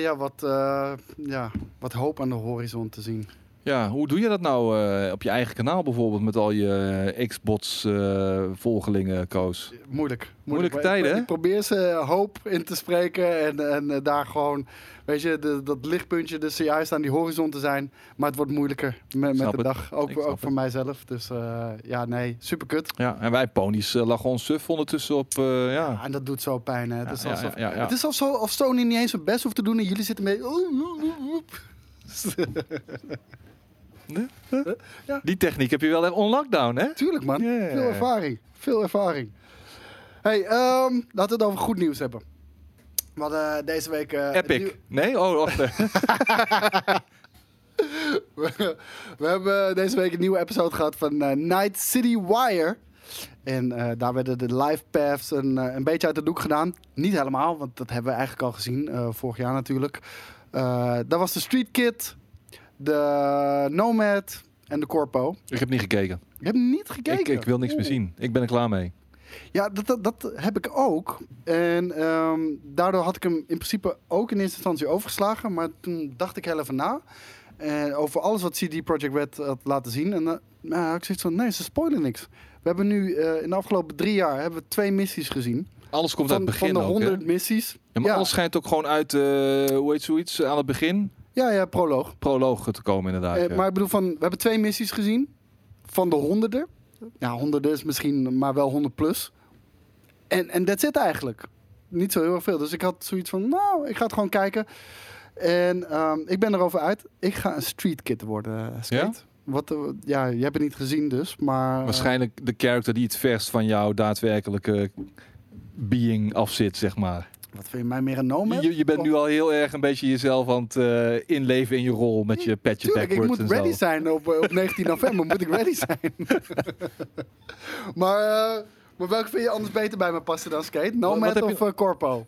wat hoop aan de horizon te zien. Ja, hoe doe je dat nou op je eigen kanaal bijvoorbeeld met al je Xbox volgelingen, Koos? Moeilijke tijden, hè? Ik probeer ze hoop in te spreken en daar gewoon, weet je, dat lichtpuntje dus juist aan die horizon te zijn. Maar het wordt moeilijker met de dag, ook voor mijzelf. Dus super kut. Ja, en wij ponies lachen ons suf ondertussen op, En dat doet zo pijn, hè? Het is Ja. alsof Sony niet eens hun best hoeft te doen en jullie zitten mee. Ja. Die techniek heb je wel echt on lockdown, hè? Tuurlijk, man. Yeah. Veel ervaring. Hey, laten we het over goed nieuws hebben. We hadden deze week... Epic. Nee? Oh, wacht. We hebben deze week een nieuwe episode gehad van Night City Wire. En daar werden de live paths een beetje uit de doek gedaan. Niet helemaal, want dat hebben we eigenlijk al gezien. Vorig jaar natuurlijk. Dat was de Street Kid, de Nomad en de Corpo. Ik heb niet gekeken. Je hebt niet gekeken? Ik wil niks meer zien. Ik ben er klaar mee. Ja, dat heb ik ook. En daardoor had ik hem in principe ook in eerste instantie overgeslagen. Maar toen dacht ik heel even na. Over alles wat CD Projekt Red had laten zien. En ik zoiets van, nee, ze spoilen niks. We hebben nu in de afgelopen 3 jaar hebben we 2 missies gezien. Alles komt uit het begin van de 100 ook, missies. Ja, maar alles schijnt ook gewoon uit, hoe heet zoiets, aan het begin? Ja, proloog. Proloog te komen inderdaad. Maar ik bedoel, we hebben 2 missies gezien. Van de 100er. Ja, 100 is misschien, maar wel 100 plus. En that's it eigenlijk. Niet zo heel erg veel. Dus ik had zoiets van, nou, ik ga het gewoon kijken. En ik ben erover uit. Ik ga een street kid worden, Skate. Ja? Je hebt het niet gezien dus, maar... Waarschijnlijk de character die het verst van jou daadwerkelijke being afzit, zeg maar. Wat vind je mij meer een nomad? Je bent nu al heel erg een beetje jezelf aan het inleven in je rol met je patches Tuurlijk, ik backwards moet en ready zo. zijn op 19 november. Moet ik ready zijn. maar welke vind je anders beter bij me passen dan Skate? Nomad heb of je- Corpo?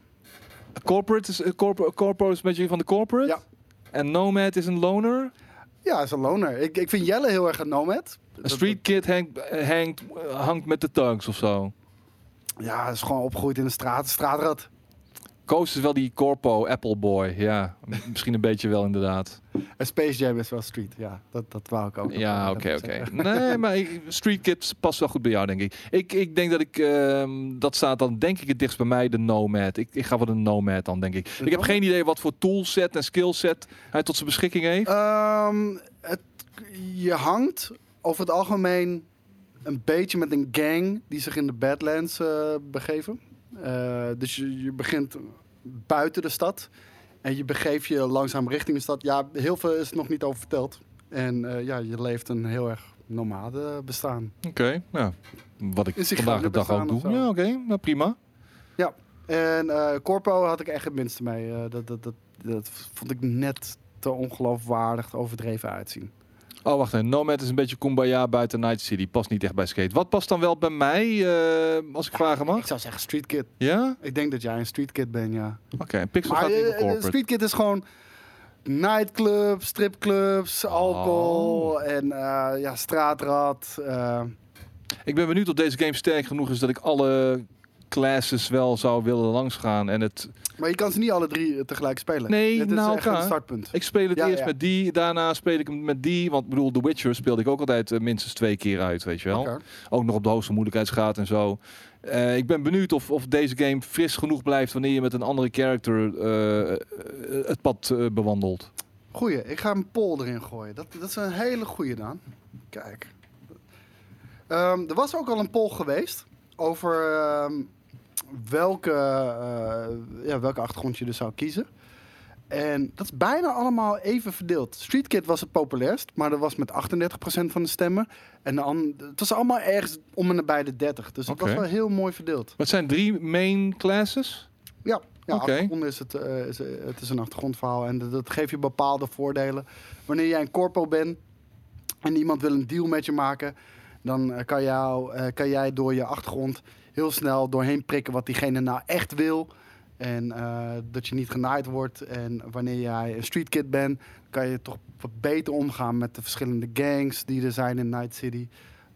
Corpo is een beetje van de corporate. Ja. En Nomad is een loner. Ja, is een loner. Ik vind Jelle heel erg een nomad. Een street kid hangt met de thugs of zo. Ja, is gewoon opgegroeid in de straat. Straatrat. Koos is wel die corpo Apple boy. Ja, misschien een beetje wel inderdaad. En Space Jam is wel street. Ja, dat wou ik ook. nog Ja, wel oké. even zeggen. Nee, maar street kids past wel goed bij jou, denk ik. Ik denk dat dat staat dan denk ik het dichtst bij mij, de Nomad. Ik ga voor de Nomad dan, denk ik. Ik heb geen idee wat voor toolset en skillset hij tot zijn beschikking heeft. Je hangt over het algemeen een beetje met een gang die zich in de Badlands begeven. Dus je begint buiten de stad en je begeeft je langzaam richting de stad. Ja, heel veel is nog niet over verteld. En je leeft een heel erg nomade bestaan. Oké, nou, wat ik Is hij vandaag de dag ook bestaan doe. of zo? Ja, oké, nou prima. Ja, en Corpo had ik echt het minste mee. Dat vond ik net te ongeloofwaardig te overdreven uitzien. Oh, wacht even. Nomad is een beetje Kumbaya buiten Night City. Past niet echt bij skate. Wat past dan wel bij mij, als ik vragen mag? Ik zou zeggen street kid. Ja? Ik denk dat jij een street kid bent, ja. Oké, Pixel Maar gaat in de corporate. street kid is gewoon nightclubs, stripclubs, alcohol en straatrad. Ik ben benieuwd of deze game sterk genoeg is dat ik alle classes wel zou willen langsgaan. En Maar je kan ze niet alle drie tegelijk spelen. Nee, Dit is na echt een elkaar. startpunt. ik speel het Ja, eerst ja. met die, daarna speel ik hem met die. Want ik bedoel, The Witcher speelde ik ook altijd minstens 2 keer uit, weet je wel. Oké. Ook nog op de hoogste moeilijkheidsgraad en zo. Ik ben benieuwd of deze game fris genoeg blijft wanneer je met een andere character het pad bewandelt. Goeie, ik ga een poll erin gooien. Dat is een hele goeie dan. Kijk. Er was ook al een poll geweest over welke achtergrond je dus zou kiezen. En dat is bijna allemaal even verdeeld. Street Kid was het populairst, maar dat was met 38% van de stemmen. En het was allemaal ergens om en nabij de 30. Dus het Oké. was wel heel mooi verdeeld. Het zijn 3 main classes. Ja, Oké. achtergrond het is een achtergrondverhaal en dat geeft je bepaalde voordelen. Wanneer jij een corpo bent en iemand wil een deal met je maken, dan kan jij door je achtergrond heel snel doorheen prikken wat diegene nou echt wil. En dat je niet genaaid wordt. En wanneer jij een street kid bent, kan je toch wat beter omgaan met de verschillende gangs die er zijn in Night City.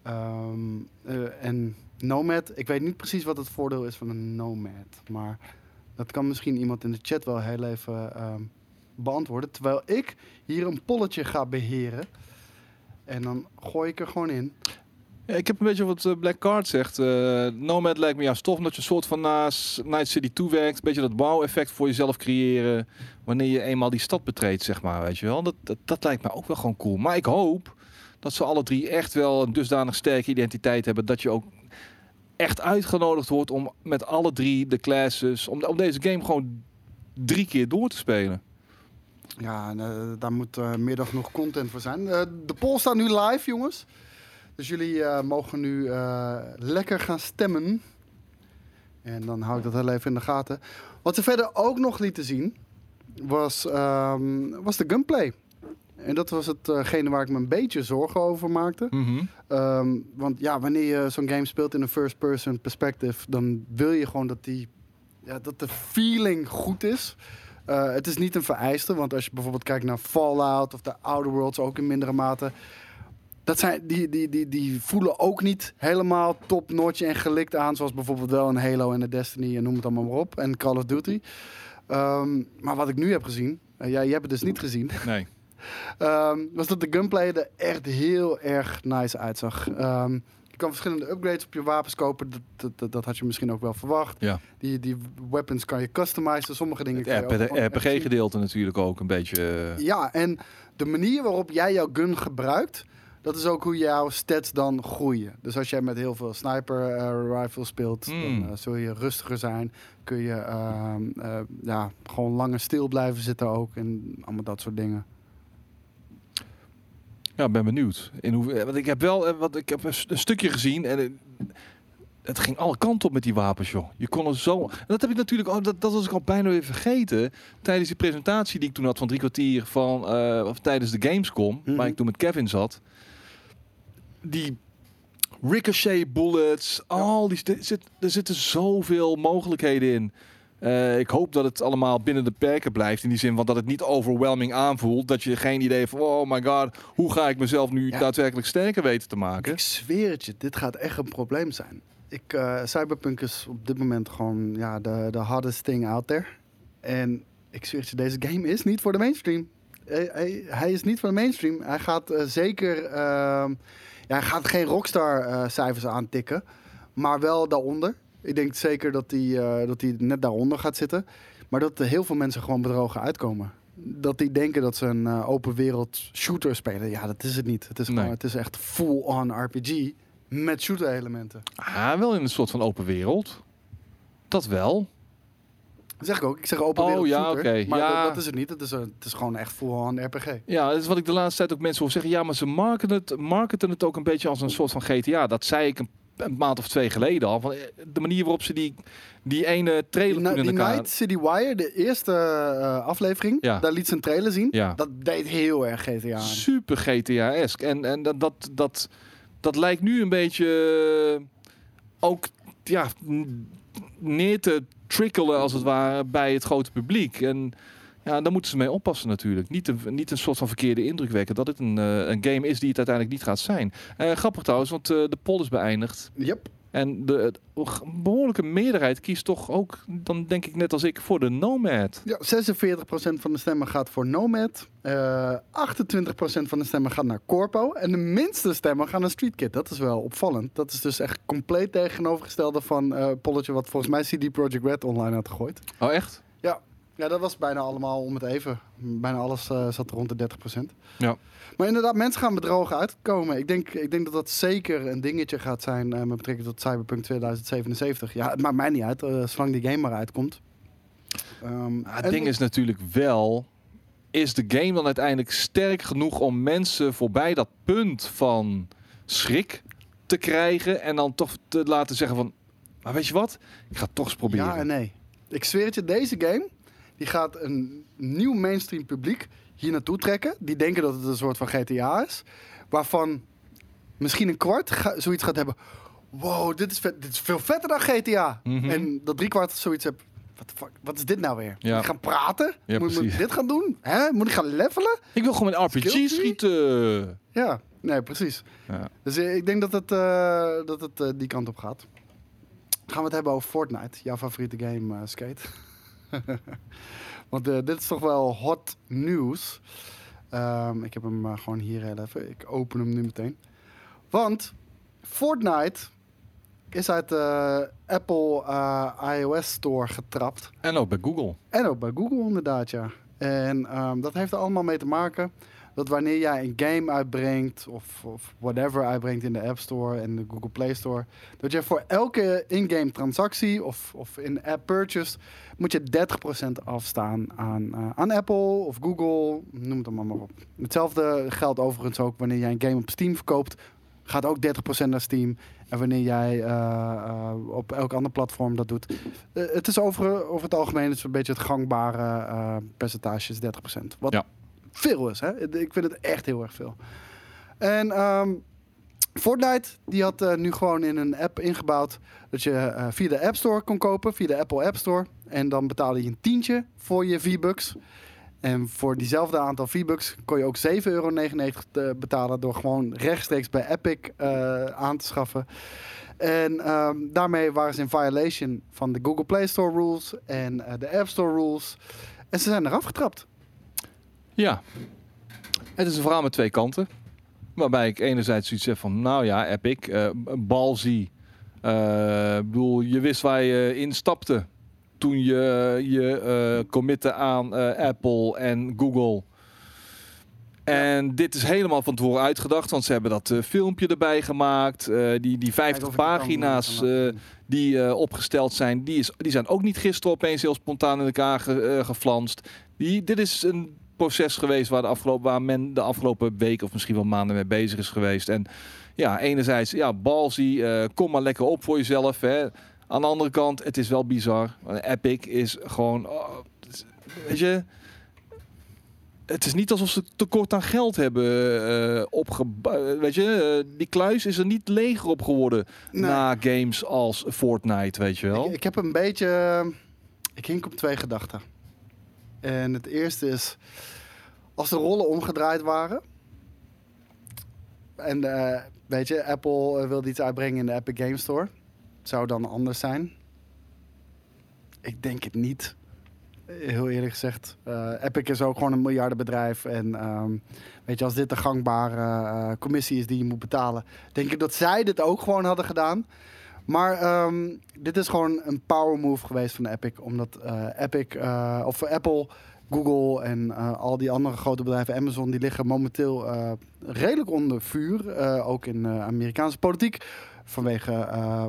En Nomad, ik weet niet precies wat het voordeel is van een Nomad. Maar dat kan misschien iemand in de chat wel heel even beantwoorden. Terwijl ik hier een polletje ga beheren. En dan gooi ik er gewoon in. Ja, ik heb een beetje wat Black Card zegt. Nomad lijkt me juist tof, omdat je een soort van naast Night City toewerkt. Een beetje dat wow-effect voor jezelf creëren. Wanneer je eenmaal die stad betreedt, zeg maar. Weet je wel? Dat lijkt me ook wel gewoon cool. Maar ik hoop dat ze alle 3 echt wel een dusdanig sterke identiteit hebben. Dat je ook echt uitgenodigd wordt om met alle 3 de classes. Om deze game gewoon 3 keer door te spelen. Ja, daar moet meer dan genoeg content voor zijn. De poll staat nu live, jongens. Dus jullie mogen nu lekker gaan stemmen. En dan hou ik dat heel even in de gaten. Wat ze verder ook nog lieten zien, was de gunplay. En dat was hetgene waar ik me een beetje zorgen over maakte. Want ja, wanneer je zo'n game speelt in een first-person perspective, dan wil je gewoon dat de feeling goed is. Het is niet een vereiste, want als je bijvoorbeeld kijkt naar Fallout of de Outer Worlds, ook in mindere mate, dat zijn, die voelen ook niet helemaal top-notch en gelikt aan, zoals bijvoorbeeld wel een Halo en een Destiny en noem het allemaal maar op, en Call of Duty. Maar wat ik nu heb gezien, jij hebt het dus niet gezien, Nee. was dat de gunplay er echt heel erg nice uitzag. Je kan verschillende upgrades op je wapens kopen. Dat had je misschien ook wel verwacht. Ja. Die weapons kan je customizen. Sommige dingen kan je ook Het gewoon echt zien. RPG-gedeelte natuurlijk ook een beetje. Ja, en de manier waarop jij jouw gun gebruikt, dat is ook hoe jouw stats dan groeien. Dus als jij met heel veel sniper rifles speelt, dan zul je rustiger zijn. Kun je gewoon langer stil blijven zitten ook. En allemaal dat soort dingen. Ja, ben benieuwd. Want ik heb wel ik heb een stukje gezien en het ging alle kanten op met die wapens, joh. Je kon er zo... En dat heb ik natuurlijk... dat was ik al bijna weer vergeten. Tijdens die presentatie die ik toen had van 3 kwartier van... of tijdens de Gamescom, waar ik toen met Kevin zat. Die ricochet bullets, er zitten zoveel mogelijkheden in. Ik hoop dat het allemaal binnen de perken blijft. In die zin van dat het niet overwhelming aanvoelt. Dat je geen idee van, oh my god, hoe ga ik mezelf nu daadwerkelijk sterker weten te maken? Ik zweer het je, dit gaat echt een probleem zijn. Cyberpunk is op dit moment gewoon de hardest thing out there. En ik zweer het je, deze game is niet voor de mainstream. Hij is niet voor de mainstream. Hij gaat zeker... hij gaat geen Rockstar cijfers aantikken. Maar wel daaronder. Ik denk zeker dat hij net daaronder gaat zitten. Maar dat heel veel mensen gewoon bedrogen uitkomen. Dat die denken dat ze een open wereld shooter spelen. Ja, dat is het niet. Het is echt full-on RPG met shooter elementen. Wel in een soort van open wereld. Dat wel. Dat zeg ik ook. Ik zeg open wereld shooter. Okay. Maar dat is het niet. Het is gewoon echt full-on RPG. Ja, dat is wat ik de laatste tijd ook mensen hoor zeggen. Ja, maar ze marketen het ook een beetje als een soort van GTA. Dat zei ik een maand of 2 geleden al. Van de manier waarop ze die ene trailer in elkaar... Night City Wire, de eerste aflevering, daar liet ze een trailer zien. Ja. Dat deed heel erg GTA aan. Super GTA-esk. En dat lijkt nu een beetje ook neer te trickelen als het ware bij het grote publiek. En ja, daar moeten ze mee oppassen natuurlijk. Niet een soort van verkeerde indruk wekken dat het een game is die het uiteindelijk niet gaat zijn. Grappig trouwens, want de poll is beëindigd. Yep. En de behoorlijke meerderheid kiest toch ook, dan denk ik net als ik, voor de Nomad. Ja, 46% van de stemmen gaat voor Nomad. 28% van de stemmen gaat naar Corpo. En de minste stemmen gaan naar Street Kid. Dat is wel opvallend. Dat is dus echt compleet tegenovergestelde van polletje wat volgens mij CD Projekt Red online had gegooid. Oh, echt? Ja, dat was bijna allemaal om het even. Bijna alles zat rond de 30%. Ja. Maar inderdaad, mensen gaan bedrogen uitkomen. Ik denk dat dat zeker een dingetje gaat zijn met betrekking tot Cyberpunk 2077. Ja, het maakt mij niet uit, zolang die game maar uitkomt. Het ding is natuurlijk wel, is de game dan uiteindelijk sterk genoeg om mensen voorbij dat punt van schrik te krijgen en dan toch te laten zeggen van, maar weet je wat? Ik ga het toch eens proberen. Ja en nee. Ik zweer het je, deze game die gaat een nieuw mainstream publiek hier naartoe trekken. Die denken dat het een soort van GTA is. Waarvan misschien een kwart zoiets gaat hebben. Wow, dit is veel vetter dan GTA. Mm-hmm. En dat 3/4 zoiets hebt. What the fuck, wat is dit nou weer? Ja. Moet ik gaan praten? Ja, moet ik dit gaan doen? Hè? Moet ik gaan levelen? Ik wil gewoon een RPG schieten. Ja, nee, precies. Ja. Dus ik denk dat het die kant op gaat. Gaan we het hebben over Fortnite. Jouw favoriete game, Skate. Want dit is toch wel hot nieuws. Ik heb hem gewoon hier heel even. Ik open hem nu meteen. Want Fortnite is uit de Apple iOS Store getrapt. En ook bij Google. En ook bij Google inderdaad, ja. En dat heeft er allemaal mee te maken dat wanneer jij een game uitbrengt of whatever uitbrengt in de App Store en de Google Play Store, dat je voor elke in-game transactie of in-app purchase moet je 30% afstaan aan Apple of Google, noem het allemaal maar op. Hetzelfde geldt overigens ook wanneer jij een game op Steam verkoopt, gaat ook 30% naar Steam. En wanneer jij op elk ander platform dat doet. Het is over het algemeen een beetje het gangbare percentage is 30%. Wat veel is, hè? Ik vind het echt heel erg veel. En Fortnite die had nu gewoon in een app ingebouwd dat je via de App Store kon kopen, via de Apple App Store. En dan betaalde je een $10 voor je V-Bucks. En voor diezelfde aantal V-Bucks kon je ook €7,99 betalen door gewoon rechtstreeks bij Epic aan te schaffen. En daarmee waren ze in violation van de Google Play Store rules en de App Store rules. En ze zijn eraf getrapt. Ja, het is een verhaal met 2 kanten. Waarbij ik enerzijds zoiets zeg van, nou ja, Epic, ballsy. Bedoel, je wist waar je in stapte toen je committe aan Apple en Google. En dit is helemaal van tevoren uitgedacht, want ze hebben dat filmpje erbij gemaakt. Die 50 pagina's die opgesteld zijn, die zijn ook niet gisteren opeens heel spontaan in elkaar geflanst. Dit is een proces geweest waar men de afgelopen week of misschien wel maanden mee bezig is geweest. En ja, enerzijds, ja, ballsy, kom maar lekker op voor jezelf. Hè. Aan de andere kant, het is wel bizar. Epic is gewoon, weet je, het is niet alsof ze tekort aan geld hebben opgebouwd. Weet je, die kluis is er niet leger op geworden na games als Fortnite, weet je wel. Ik heb een beetje, ik hink op 2 gedachten. En het eerste is, als de rollen omgedraaid waren en weet je, Apple wilde iets uitbrengen in de Epic Game Store, zou dan anders zijn? Ik denk het niet. Heel eerlijk gezegd. Epic is ook gewoon een miljardenbedrijf. En weet je, als dit de gangbare commissie is die je moet betalen, denk ik dat zij dit ook gewoon hadden gedaan. Maar dit is gewoon een power move geweest van Epic. Omdat Apple, Google en al die andere grote bedrijven, Amazon, die liggen momenteel redelijk onder vuur. Ook in Amerikaanse politiek. Vanwege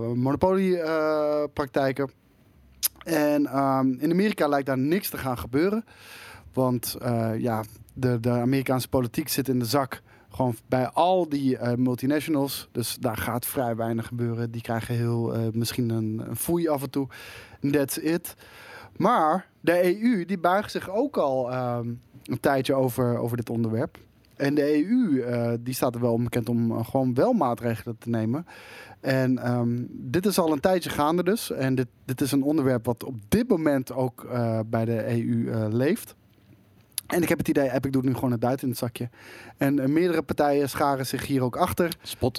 monopoliepraktijken. En in Amerika lijkt daar niks te gaan gebeuren. Want de Amerikaanse politiek zit in de zak. Gewoon bij al die multinationals. Dus daar gaat vrij weinig gebeuren. Die krijgen misschien een foei af en toe. That's it. Maar de EU die buigt zich ook al een tijdje over dit onderwerp. En de EU die staat er wel onbekend om gewoon wel maatregelen te nemen. En dit is al een tijdje gaande dus. En dit is een onderwerp wat op dit moment ook bij de EU leeft. En ik heb het idee, Epic doet nu gewoon het duit in het zakje. En meerdere partijen scharen zich hier ook achter.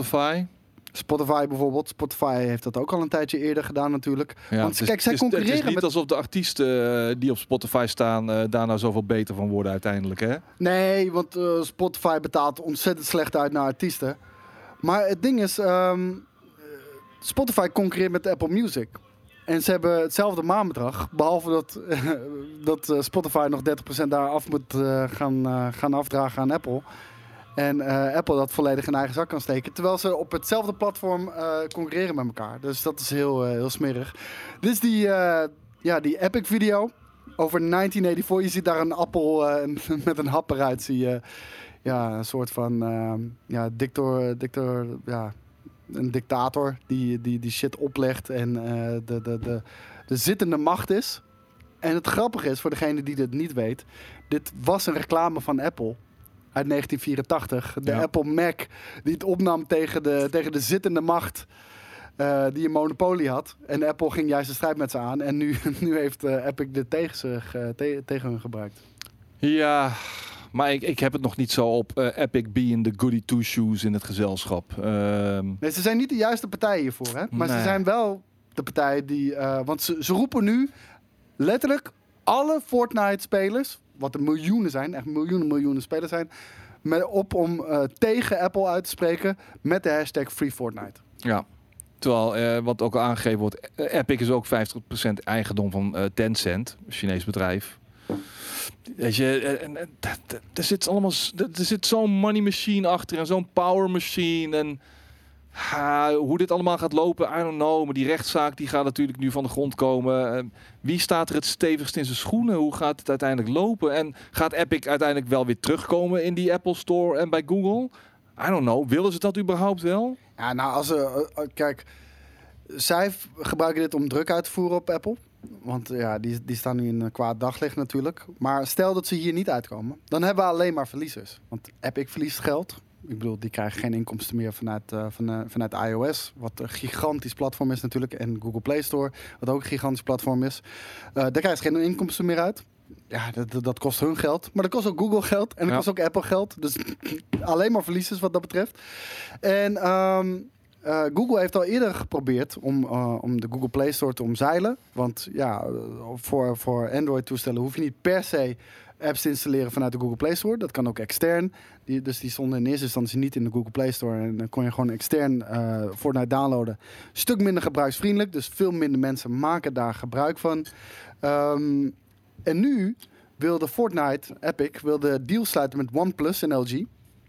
Spotify bijvoorbeeld. Spotify heeft dat ook al een tijdje eerder gedaan natuurlijk. Ja, want kijk, zij concurreren het is niet alsof de artiesten die op Spotify staan daar nou zoveel beter van worden uiteindelijk, hè? Nee, want Spotify betaalt ontzettend slecht uit naar artiesten. Maar het ding is, Spotify concurreert met Apple Music. En ze hebben hetzelfde maandbedrag. Behalve dat Spotify nog 30% daar af moet gaan afdragen aan Apple. En Apple dat volledig in eigen zak kan steken. Terwijl ze op hetzelfde platform concurreren met elkaar. Dus dat is heel smerig. Dit is die Epic video over 1984. Je ziet daar een appel met een hap eruit. Zie je een soort van een dictator die shit oplegt en de zittende macht is. En het grappige is, voor degene die dit niet weet, dit was een reclame van Apple uit 1984. De Apple Mac die het opnam tegen de zittende macht die een monopolie had. En Apple ging juist de strijd met ze aan. En nu heeft Epic dit tegen hun gebruikt. Ja, maar ik heb het nog niet zo op Epic being the goody two shoes in het gezelschap. Nee, ze zijn niet de juiste partijen hiervoor, hè? Maar ze zijn wel de partijen die... want ze roepen nu letterlijk alle Fortnite-spelers, wat er miljoenen zijn, echt miljoenen spelers zijn, op om tegen Apple uit te spreken met de hashtag Free Fortnite. Ja, terwijl wat ook al aangegeven wordt, Epic is ook 50% eigendom van Tencent, een Chinees bedrijf. Weet je, er zit zo'n money machine achter en zo'n power machine. En hoe dit allemaal gaat lopen, I don't know. Maar die rechtszaak die gaat natuurlijk nu van de grond komen. Wie staat er het stevigst in zijn schoenen? Hoe gaat het uiteindelijk lopen? En gaat Epic uiteindelijk wel weer terugkomen in die Apple Store en bij Google? I don't know. Willen ze dat überhaupt wel? Ja, nou, kijk, zij gebruiken dit om druk uit te voeren op Apple. Want ja, die staan nu in een kwaad daglicht natuurlijk. Maar stel dat ze hier niet uitkomen, dan hebben we alleen maar verliezers. Want Epic verliest geld. Ik bedoel, die krijgen geen inkomsten meer vanuit iOS. Wat een gigantisch platform is natuurlijk. En Google Play Store, wat ook een gigantisch platform is. Daar krijgen ze geen inkomsten meer uit. Ja, dat kost hun geld. Maar dat kost ook Google geld. En dat kost ook Apple geld. Dus alleen maar verliezers wat dat betreft. En Google heeft al eerder geprobeerd om de Google Play Store te omzeilen. Want ja, voor Android-toestellen hoef je niet per se apps te installeren vanuit de Google Play Store. Dat kan ook extern. Die stonden in eerste instantie niet in de Google Play Store. En dan kon je gewoon extern Fortnite downloaden. Stuk minder gebruiksvriendelijk. Dus veel minder mensen maken daar gebruik van. En nu wilde Fortnite, Epic, wilde deal sluiten met OnePlus en LG.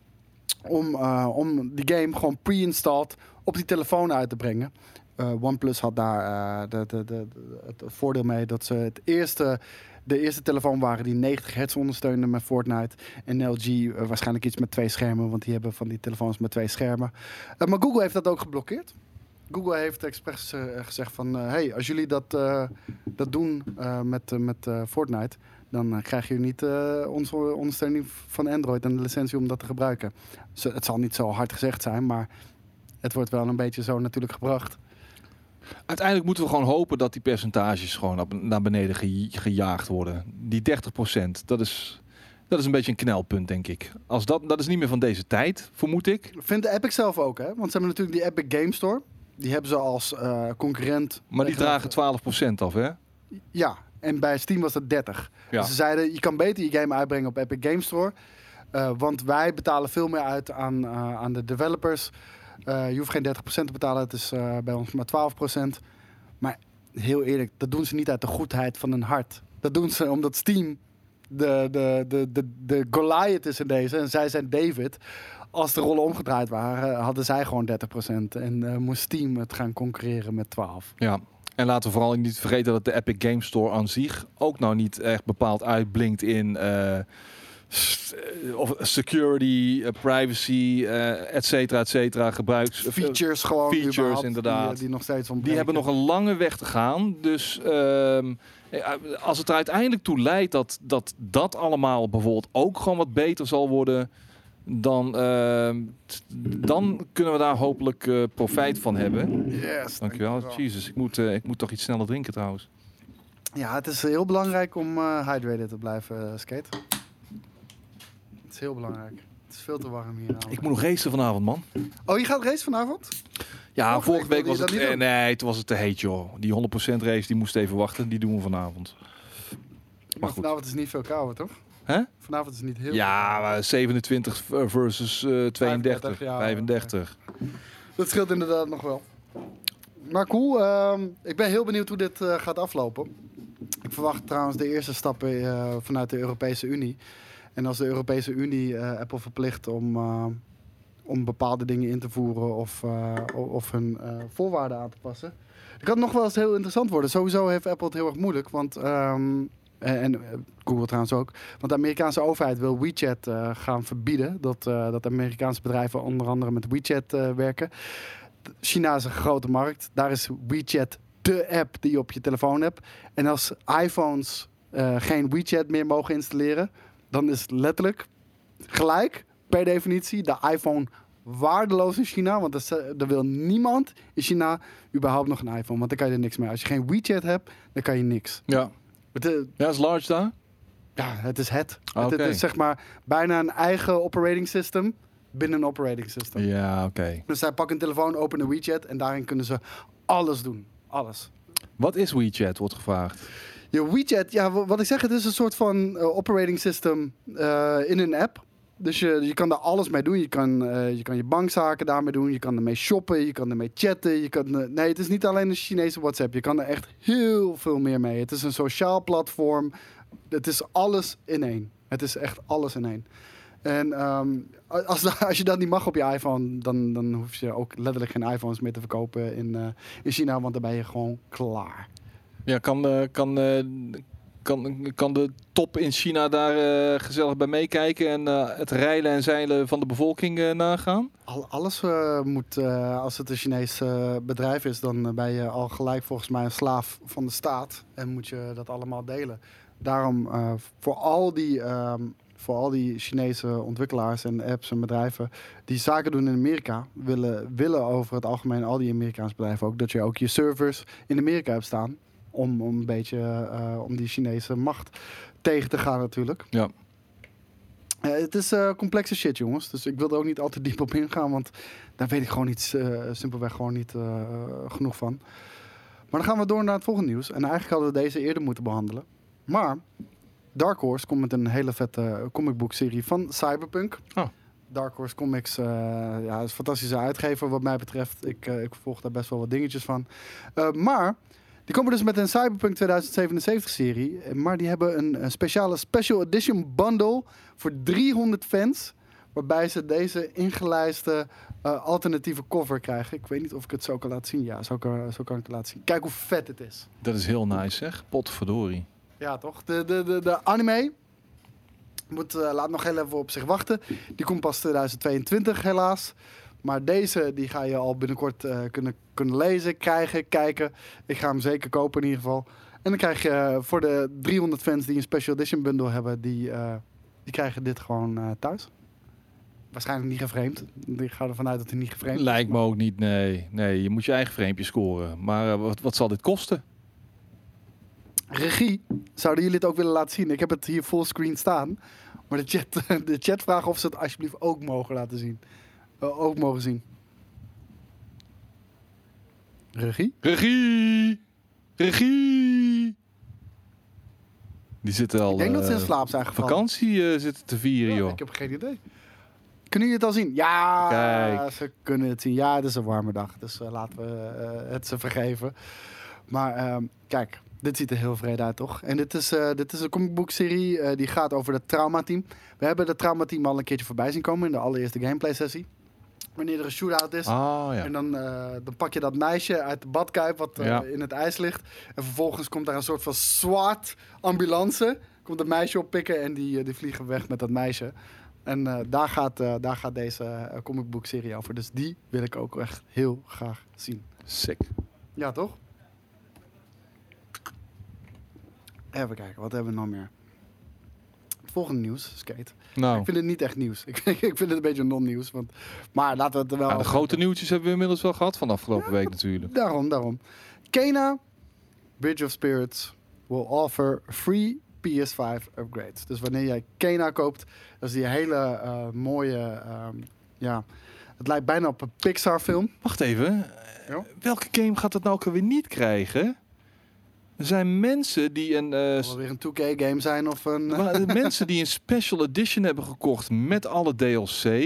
Om die game gewoon pre-installed op die telefoon uit te brengen. OnePlus had daar het voordeel mee dat ze het eerste de eerste telefoon waren die 90 hertz ondersteunde met Fortnite. En LG waarschijnlijk iets met 2 schermen, want die hebben van die telefoons met 2 schermen. Maar Google heeft dat ook geblokkeerd. Google heeft expres gezegd van, hey, als jullie dat doen met Fortnite, dan krijg je niet onze ondersteuning van Android en de licentie om dat te gebruiken. Het zal niet zo hard gezegd zijn, maar het wordt wel een beetje zo natuurlijk gebracht. Uiteindelijk moeten we gewoon hopen dat die percentages gewoon naar beneden gejaagd worden. Die 30%, dat is een beetje een knelpunt, denk ik. Als dat is niet meer van deze tijd, vermoed ik. Vindt de Epic zelf ook, hè? Want ze hebben natuurlijk die Epic Game Store. Die hebben ze als concurrent. Maar die dragen 12% af, hè? Ja, en bij Steam was dat 30. Ja. Dus ze zeiden, je kan beter je game uitbrengen op Epic Game Store. Want wij betalen veel meer uit aan de developers. Je hoeft geen 30% te betalen, het is bij ons maar 12%. Maar heel eerlijk, dat doen ze niet uit de goedheid van hun hart. Dat doen ze omdat Steam de Goliath is in deze. En zij zijn David. Als de rollen omgedraaid waren, hadden zij gewoon 30%. En moest Steam het gaan concurreren met 12%. Ja. En laten we vooral niet vergeten dat de Epic Game Store aan zich ook nou niet echt bepaald uitblinkt in of security, privacy, et cetera, gebruiks... Features gewoon. Features, inderdaad. Die nog steeds ontbreken. Die hebben nog een lange weg te gaan. Dus als het er uiteindelijk toe leidt dat allemaal bijvoorbeeld ook gewoon wat beter zal worden, dan kunnen we daar hopelijk profijt van hebben. Yes, Dankjewel. Jezus, ik moet toch iets sneller drinken trouwens. Ja, het is heel belangrijk om hydrated te blijven, Skate. Het is heel belangrijk. Het is veel te warm hier. Ik moet nog racen vanavond, man. Oh, je gaat race vanavond? Ja, vorige week was wilde je het... dat niet nee, toen was het te heet, joh. Die 100% race, die moest even wachten. Die doen we vanavond. Maar goed. vanavond is het niet veel kouder, toch? Hè? Vanavond is het niet heel Ja, maar 27 versus 32, 35, ja. 35. Dat scheelt inderdaad nog wel. Maar cool, ik ben heel benieuwd hoe dit gaat aflopen. Ik verwacht trouwens de eerste stappen vanuit de Europese Unie. En als de Europese Unie Apple verplicht om bepaalde dingen in te voeren of hun voorwaarden aan te passen, dan kan het nog wel eens heel interessant worden. Sowieso heeft Apple het heel erg moeilijk, want en Google trouwens ook. Want de Amerikaanse overheid wil WeChat gaan verbieden. Dat Amerikaanse bedrijven onder andere met WeChat werken. China is een grote markt. Daar is WeChat de app die je op je telefoon hebt. En als iPhones geen WeChat meer mogen installeren, dan is het letterlijk gelijk, per definitie, de iPhone waardeloos in China. Want er wil niemand in China überhaupt nog een iPhone. Want dan kan je er niks mee. Als je geen WeChat hebt, dan kan je niks. Ja. Ja, is large daar? Ja, het is het. Okay. Het is zeg maar bijna een eigen operating system binnen een operating system. Ja, oké. Dus zij pakken een telefoon, openen WeChat en daarin kunnen ze alles doen. Alles. Wat is WeChat, wordt gevraagd? Ja, WeChat, ja, wat ik zeg, het is een soort van operating system in een app. Dus je kan daar alles mee doen. Je kan je bankzaken daarmee doen. Je kan ermee shoppen. Je kan ermee chatten. Nee, het is niet alleen een Chinese WhatsApp. Je kan er echt heel veel meer mee. Het is een sociaal platform. Het is alles in één. Het is echt alles in één. En als je dat niet mag op je iPhone, dan hoef je ook letterlijk geen iPhones meer te verkopen in China. Want dan ben je gewoon klaar. Ja, kan de top in China daar gezellig bij meekijken en het reilen en zeilen van de bevolking nagaan? Alles moet, als het een Chinees bedrijf is, dan ben je al gelijk volgens mij een slaaf van de staat. En moet je dat allemaal delen. Daarom voor al die Chinese ontwikkelaars en apps en bedrijven die zaken doen in Amerika, willen over het algemeen al die Amerikaanse bedrijven ook, dat je ook je servers in Amerika hebt staan. Om een beetje om die Chinese macht tegen te gaan natuurlijk. Ja. Het is complexe shit, jongens. Dus ik wil er ook niet al te diep op ingaan, want daar weet ik gewoon niet, simpelweg gewoon niet genoeg van. Maar dan gaan we door naar het volgende nieuws. En eigenlijk hadden we deze eerder moeten behandelen. Maar Dark Horse komt met een hele vette comicboekserie van Cyberpunk. Oh. Dark Horse Comics is een fantastische uitgever wat mij betreft. Ik volg daar best wel wat dingetjes van. Maar die komen dus met een Cyberpunk 2077 serie. Maar die hebben een speciale special edition bundle voor 300 fans. Waarbij ze deze ingelijste alternatieve cover krijgen. Ik weet niet of ik het zo kan laten zien. Ja, zo kan ik het laten zien. Kijk hoe vet het is. Dat is heel nice, zeg. Potverdorie. Ja, toch? De anime laat nog heel even op zich wachten. Die komt pas 2022 helaas. Maar deze die ga je al binnenkort kunnen lezen, krijgen, kijken. Ik ga hem zeker kopen in ieder geval. En dan krijg je voor de 300 fans die een special edition bundle hebben, die krijgen dit gewoon thuis. Waarschijnlijk niet geframed. Ik ga ervan uit dat hij niet geframed is. Lijkt me ook niet, nee. Nee, je moet je eigen framepje scoren. Maar wat zal dit kosten? Regie, zouden jullie het ook willen laten zien? Ik heb het hier fullscreen staan. Maar de chat vraagt of ze het alsjeblieft ook mogen laten zien. Ook mogen zien. Regie? Regie! Die zitten al... Ik denk dat ze in slaap zijn gevallen. Vakantie zitten te vieren, joh. Ik heb geen idee. Kunnen jullie het al zien? Ja, Kijk. ze kunnen het zien. Ja, het is een warme dag. Dus laten we het ze vergeven. Maar kijk, dit ziet er heel vrede uit, toch? En dit is een comicboekserie die gaat over het traumateam. We hebben het traumateam al een keertje voorbij zien komen in de allereerste gameplay sessie. Wanneer er een shootout is. Ah, ja. En dan pak je dat meisje uit de badkuip wat in het ijs ligt. En vervolgens komt daar een soort van SWAT-ambulance. Komt het meisje oppikken en die vliegen weg met dat meisje. En daar gaat deze comicboekserie over. Dus die wil ik ook echt heel graag zien. Sick. Ja, toch? Even kijken, wat hebben we nog meer? Het volgende nieuws, Skate. Nou, Ik vind het niet echt nieuws. Ik vind het een beetje non-nieuws. Maar laten we het er wel... de grote nieuwtjes hebben we inmiddels wel gehad van de afgelopen week natuurlijk. Daarom. Kena, Bridge of Spirits, will offer free PS5 upgrades. Dus wanneer jij Kena koopt, dat is die hele mooie... het lijkt bijna op een Pixar film. Wacht even. Ja? Welke game gaat het nou ook weer niet krijgen? Er zijn mensen die een... Zal weer een 2K game zijn of een... maar de mensen die een special edition hebben gekocht met alle DLC.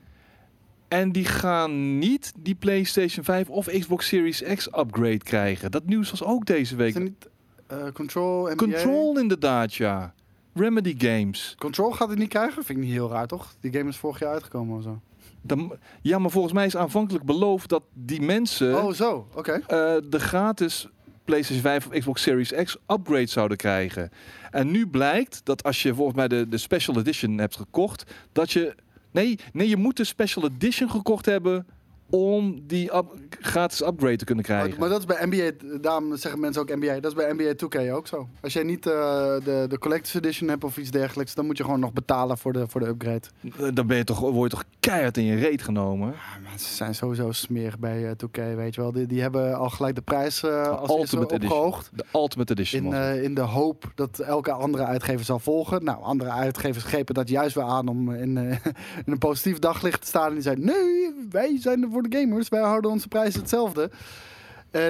En die gaan niet die PlayStation 5 of Xbox Series X upgrade krijgen. Dat nieuws was ook deze week. Is er niet Control, NBA? Control inderdaad, ja. Remedy Games. Control gaat het niet krijgen? Vind ik niet heel raar, toch? Die game is vorig jaar uitgekomen of zo. Ja, maar volgens mij is aanvankelijk beloofd dat die mensen... Oh, zo. Oké. de gratis PlayStation 5 of Xbox Series X upgrade zouden krijgen. En nu blijkt dat als je volgens mij de Special Edition hebt gekocht, dat je... Nee, je moet de Special Edition gekocht hebben om die gratis upgrade te kunnen krijgen. Maar dat is bij NBA, daarom zeggen mensen ook NBA, dat is bij NBA 2K ook zo. Als jij niet de Collector's Edition hebt of iets dergelijks, dan moet je gewoon nog betalen voor de upgrade. Dan word je toch keihard in je reet genomen. Ja, maar ze zijn sowieso smerig bij 2K, weet je wel. Die hebben al gelijk de prijs als Ultimate opgehoogd. De Ultimate Edition. In de hoop dat elke andere uitgever zal volgen. Nou, andere uitgevers grepen dat juist weer aan om in een positief daglicht te staan. En die zeiden, nee, wij zijn er voor de gamers. Wij houden onze prijs hetzelfde. En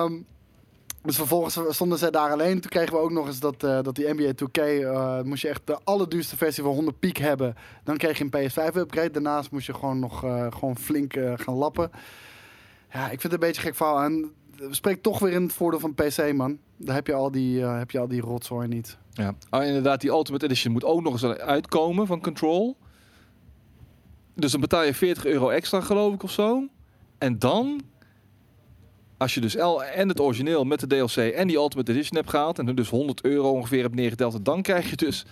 dus vervolgens stonden zij daar alleen. Toen kregen we ook nog eens dat die NBA 2K... moest je echt de allerduurste versie van 100 piek hebben. Dan kreeg je een PS5 upgrade. Daarnaast moest je gewoon nog flink gaan lappen. Ja, ik vind het een beetje gek verhaal. En spreekt toch weer in het voordeel van PC, man. Daar heb je al die rotzooi niet. Ja. Inderdaad, die Ultimate Edition moet ook nog eens uitkomen van Control. Dus dan betaal je €40 extra, geloof ik, of zo. En dan, als je dus en het origineel met de DLC en die Ultimate Edition hebt gehaald, en dus €100 ongeveer hebt neergeteld, dan krijg je dus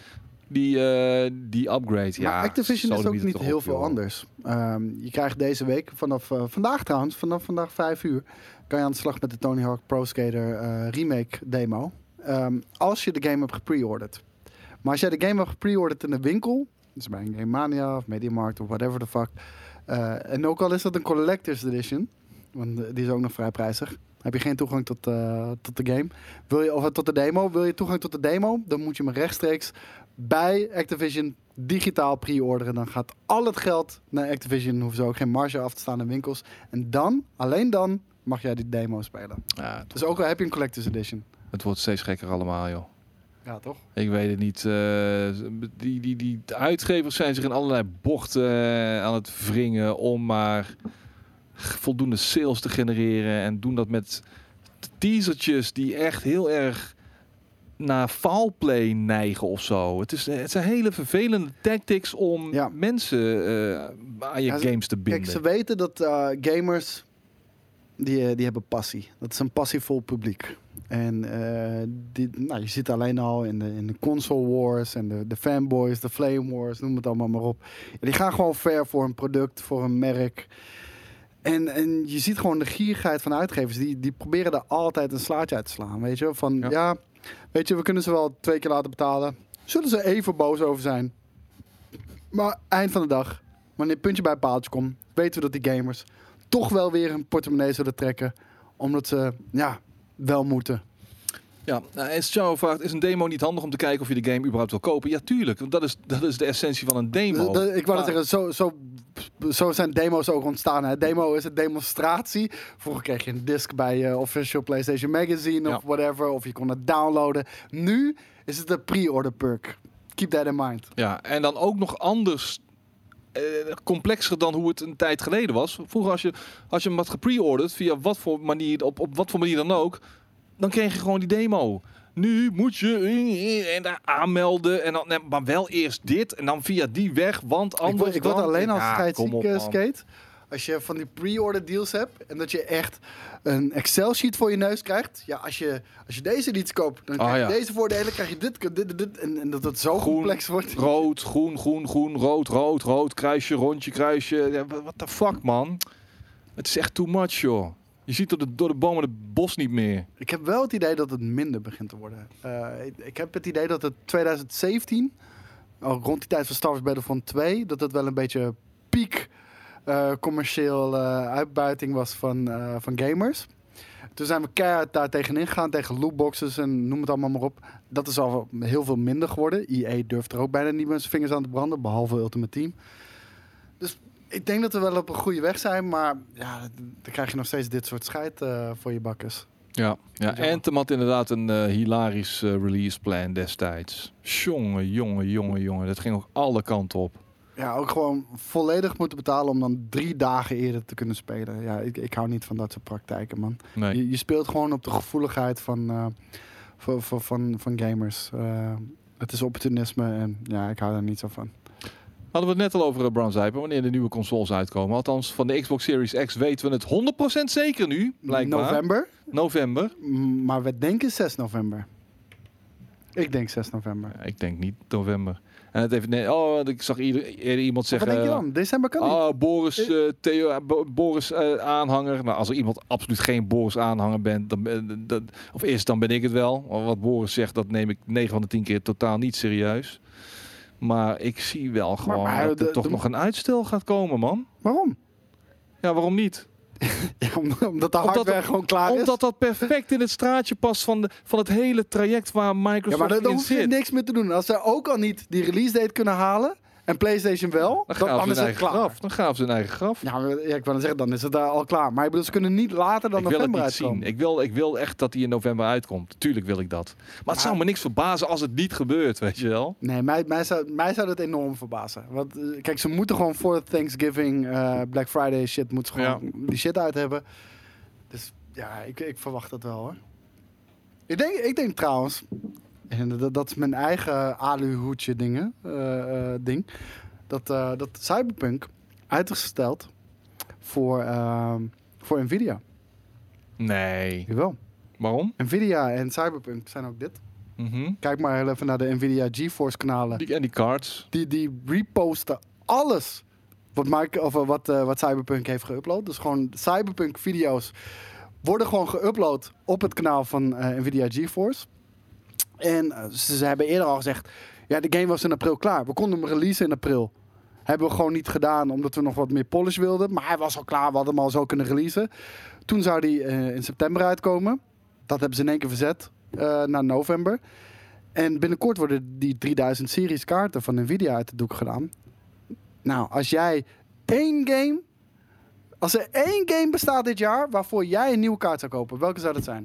die upgrade. Maar ja, Activision is ook niet heel op, veel joh. anders. Je krijgt deze week, vanaf vandaag trouwens, vanaf vandaag 5 uur, kan je aan de slag met de Tony Hawk Pro Skater remake demo. Als je de game hebt gepreorderd. Maar als jij de game hebt gepreorderd in de winkel, dus bij een Game Mania of MediaMarkt of whatever the fuck. En ook al is dat een Collector's Edition, want die is ook nog vrij prijzig, heb je geen toegang tot de game. Of tot de demo. Wil je toegang tot de demo, dan moet je hem rechtstreeks bij Activision digitaal pre-orderen. Dan gaat al het geld naar Activision. Hoeven ze ook geen marge af te staan in winkels. En dan, alleen dan, mag jij die demo spelen. Ja, Dus ook al heb je een Collector's Edition. het wordt steeds gekker allemaal, joh. Ja, toch? Ik weet het niet. Die uitgevers zijn zich in allerlei bochten aan het wringen om maar voldoende sales te genereren. En doen dat met teasertjes die echt heel erg naar foulplay neigen of zo. Het zijn hele vervelende tactics om mensen aan je games te binden. Kijk, ze weten dat gamers die hebben passie. Dat is een passievol publiek. En je ziet alleen al in de console wars en de fanboys, de flame wars, noem het allemaal maar op. Ja, die gaan gewoon ver voor een product, voor een merk. En je ziet gewoon de gierigheid van uitgevers. Die proberen er altijd een slaatje uit te slaan. Weet je, van weet je, we kunnen ze wel 2 keer laten betalen. Zullen ze even boos over zijn. Maar eind van de dag, wanneer het puntje bij het paaltje komt, weten we dat die gamers toch wel weer een portemonnee zullen trekken. Omdat ze, wel moeten. Ja, en Sjouw vraagt, is een demo niet handig om te kijken of je de game überhaupt wil kopen? Ja, tuurlijk. Want dat is de essentie van een demo. Ik wou net zeggen, zo zijn demo's ook ontstaan. Hè. Demo is een demonstratie. Vroeger kreeg je een disc bij Official PlayStation Magazine of whatever. Of je kon het downloaden. Nu is het een pre-order perk. Keep that in mind. Ja, en dan ook nog anders... complexer dan hoe het een tijd geleden was. Vroeger als je hem had gepre-orderd via wat voor manier, op wat voor manier dan ook, dan kreeg je gewoon die demo. Nu moet je en daar aanmelden en dan, maar wel eerst dit en dan via die weg, want anders. Ik word alleen als scheidsziek, op, Skate. Als je van die pre-order deals hebt en dat je echt een Excel sheet voor je neus krijgt. Ja, als je deze editie koopt, dan krijg je deze voordelen, krijg je dit en dat het zo groen, complex wordt. Rood, groen, rood, kruisje, rondje, kruisje. Ja, what the fuck, man? Het is echt too much, joh. Je ziet door de bomen het bos niet meer. Ik heb wel het idee dat het minder begint te worden. Ik heb het idee dat het 2017, rond die tijd van Star Wars Battlefront 2, dat het wel een beetje piek commercieel uitbuiting was van gamers. Toen zijn we keihard daar tegenin gegaan, tegen lootboxes en noem het allemaal maar op. Dat is al heel veel minder geworden. EA durft er ook bijna niet met zijn vingers aan te branden, behalve Ultimate Team. Dus ik denk dat we wel op een goede weg zijn, maar dan krijg je nog steeds dit soort scheid voor je bakkers. Ja. Anthem had inderdaad een hilarisch release plan destijds. Jongen. Dat ging ook alle kanten op. Ja, ook gewoon volledig moeten betalen om dan 3 dagen eerder te kunnen spelen. Ja, ik hou niet van dat soort praktijken, man. Nee. Je speelt gewoon op de gevoeligheid van gamers. Het is opportunisme en ik hou daar niet zo van. Hadden we het net al over, Brown Zuiper, wanneer de nieuwe consoles uitkomen. Althans, van de Xbox Series X weten we het 100% zeker nu, blijkbaar. November. Maar we denken 6 november. Ik denk 6 november. Ja, ik denk niet november. En het heeft ik zag eerder iemand zeggen... Wat denk je dan? December kan niet. Boris aanhanger. Nou, als er iemand absoluut geen Boris aanhanger bent, dan ben ik het wel. Wat Boris zegt, dat neem ik 9 van de 10 keer totaal niet serieus. Maar ik zie wel gewoon dat er toch nog een uitstel gaat komen, man. Waarom? Ja, waarom niet? Omdat de hardware gewoon klaar is? Omdat dat perfect in het straatje past van het hele traject waar Microsoft in zit. Daar hoef je niks meer te doen. Als ze ook al niet die release date kunnen halen en PlayStation wel, dan is het klaar. Dan gaan ze hun eigen graf. Ja, ik wou zeggen, dan is het daar al klaar. Maar ik bedoel, ze kunnen niet later dan november uitkomen. Ik wil echt dat die in november uitkomt. Tuurlijk wil ik dat. Maar het zou me niks verbazen als het niet gebeurt, weet je wel. Nee, mij zou dat enorm verbazen. Want kijk, ze moeten gewoon voor Thanksgiving, Black Friday shit, moeten ze gewoon die shit uit hebben. Dus ja, ik verwacht dat wel, hoor. Ik denk trouwens, en dat is mijn eigen aluhoedje ding. Dat Cyberpunk uit is gesteld voor Nvidia. Nee. Jawel. Waarom? Nvidia en Cyberpunk zijn ook dit. Kijk maar heel even naar de Nvidia GeForce kanalen. En die cards. Die reposten alles wat Cyberpunk heeft geüpload. Dus gewoon Cyberpunk video's worden gewoon geüpload op het kanaal van Nvidia GeForce. En ze hebben eerder al gezegd, ja, de game was in april klaar. We konden hem releasen in april. Hebben we gewoon niet gedaan, omdat we nog wat meer polish wilden. Maar hij was al klaar, we hadden hem al zo kunnen releasen. Toen zou die in september uitkomen. Dat hebben ze in één keer verzet naar november. En binnenkort worden die 3000 series kaarten van Nvidia uit de doek gedaan. Nou, als er één game bestaat dit jaar waarvoor jij een nieuwe kaart zou kopen, welke zou dat zijn?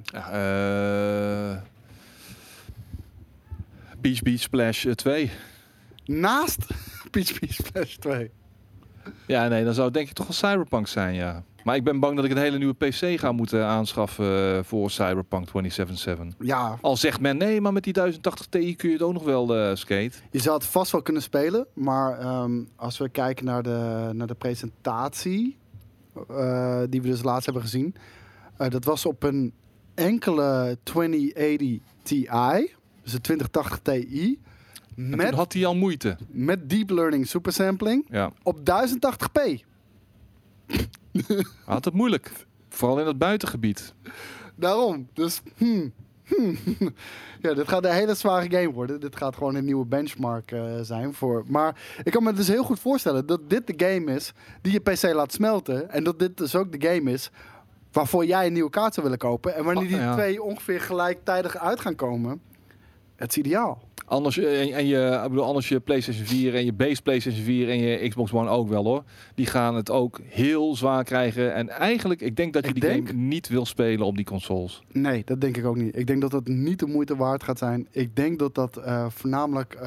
Beach Splash 2. Naast Beach Splash 2. Ja, nee, dan zou het denk ik toch wel Cyberpunk zijn, ja. Maar ik ben bang dat ik een hele nieuwe PC ga moeten aanschaffen voor Cyberpunk 2077. Ja. Al zegt men, nee, maar met die 1080 Ti kun je het ook nog wel, Skate. Je zou het vast wel kunnen spelen, maar als we kijken naar de presentatie die we dus laatst hebben gezien, Dat was op een enkele 2080 Ti. Dus een 2080 Ti. En toen had hij al moeite. Met deep learning supersampling. Ja. Op 1080p. Hij had het moeilijk. Vooral in het buitengebied. Daarom. Dus, ja, dit gaat een hele zware game worden. Dit gaat gewoon een nieuwe benchmark zijn. Maar ik kan me dus heel goed voorstellen dat dit de game is die je PC laat smelten. En dat dit dus ook de game is waarvoor jij een nieuwe kaart zou willen kopen. En wanneer die twee ongeveer gelijktijdig uit gaan komen, het is ideaal. Anders, anders je PlayStation 4 en je base PlayStation 4 en je Xbox One ook wel hoor. Die gaan het ook heel zwaar krijgen. En eigenlijk, ik denk dat je game niet wil spelen op die consoles. Nee, dat denk ik ook niet. Ik denk dat dat niet de moeite waard gaat zijn. Ik denk dat dat voornamelijk...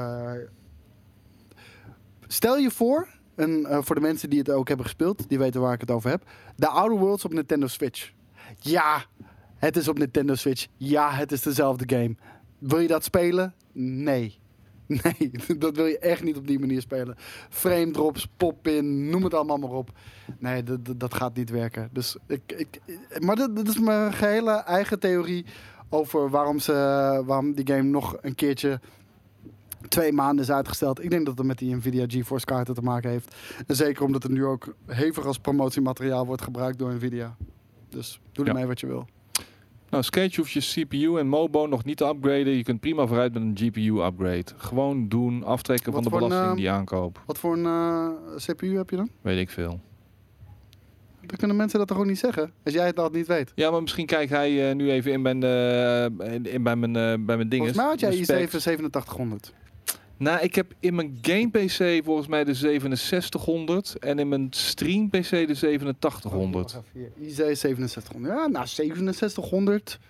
Stel je voor, voor de mensen die het ook hebben gespeeld, die weten waar ik het over heb. The Outer Worlds op Nintendo Switch. Ja, het is op Nintendo Switch. Ja, het is dezelfde game. Wil je dat spelen? Nee. Nee, dat wil je echt niet op die manier spelen. Frame drops, pop-in, noem het allemaal maar op. Nee, dat gaat niet werken. Dus maar dat is mijn gehele eigen theorie over waarom die game nog een keertje 2 maanden is uitgesteld. Ik denk dat het met die Nvidia GeForce kaarten te maken heeft. En zeker omdat het nu ook hevig als promotiemateriaal wordt gebruikt door Nvidia. Dus doe ermee wat je wil. Nou, Skate, je hoeft je CPU en Mobo nog niet te upgraden. Je kunt prima vooruit met een GPU-upgrade. Gewoon doen, aftrekken van de belasting die je aankoopt. Wat voor een CPU heb je dan? Weet ik veel. Dan kunnen mensen dat toch ook niet zeggen? Als jij het al niet weet. Ja, maar misschien kijkt hij nu even in bij mijn dingen. Volgens mij had jij i7 8700. Nou, ik heb in mijn game PC volgens mij de 6700 en in mijn stream PC de 8700. i7 6700. Ja, nou 6700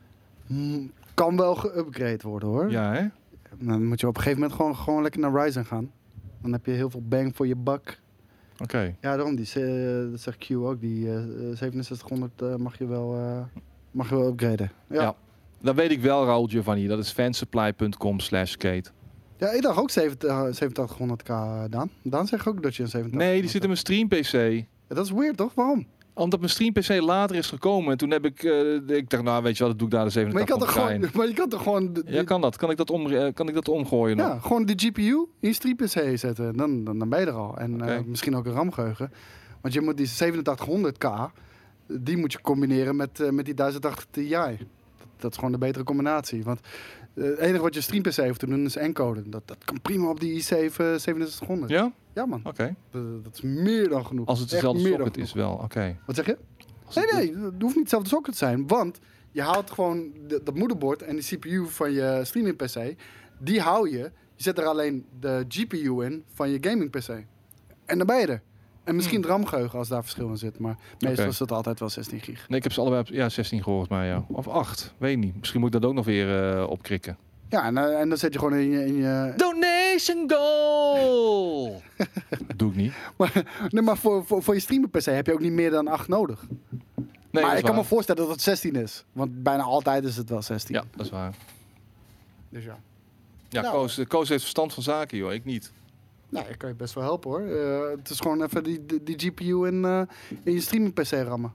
kan wel geüpgrade worden hoor. Ja, hè? Dan moet je op een gegeven moment gewoon lekker naar Ryzen gaan. Dan heb je heel veel bang voor je buck. Oké. Ja, daarom. Dat zegt Q ook. Die 6700 mag je wel upgraden. Ja. Dat weet ik wel, Raoul Giovanni. Dat is fansupply.com/skate. Ja, ik dacht ook 8700k, Daan. Daan zegt ook dat je een 8700... Nee, die zit in mijn stream PC. Ja, dat is weird, toch? Waarom? Omdat mijn stream PC later is gekomen. En toen heb ik dacht, nou weet je wat, dat doe ik daar de 8700 maar je kan toch gewoon... Ja, kan dat? Kan ik dat omgooien nog? Ja, gewoon de GPU in je stream PC zetten. Dan ben je er al. En misschien ook een RAM-geheugen. Want je moet die 8700k, die moet je combineren met die 1080 Ti. Dat is gewoon de betere combinatie. Want het enige wat je stream PC hoeft te doen is encoden. Dat kan prima op die i7 6700. Ja? Ja, man. Oké. Dat is meer dan genoeg. Als het dezelfde socket is wel, oké. Wat zeg je? Nee, het hoeft niet hetzelfde socket te zijn. Want je haalt gewoon dat moederbord en de CPU van je streaming PC. Die hou je. Je zet er alleen de GPU in van je gaming PC. En dan ben je er. En misschien het RAM-geheugen als daar verschil in zit. Maar meestal is dat altijd wel 16 gig. Nee, ik heb ze allebei 16 gehoord, maar ja. Of 8, weet niet. Misschien moet ik dat ook nog weer opkrikken. Ja, en dan zet je gewoon in je... Donation goal! Doe ik niet. Maar voor je streamer PC heb je ook niet meer dan 8 nodig. Nee, maar ik kan me voorstellen dat het 16 is. Want bijna altijd is het wel 16. Ja, dat is waar. Dus ja. Ja, nou, Koos heeft verstand van zaken, joh. Ik niet. Nou, ik kan je best wel helpen, hoor. Het is gewoon even die GPU in je streaming PC rammen.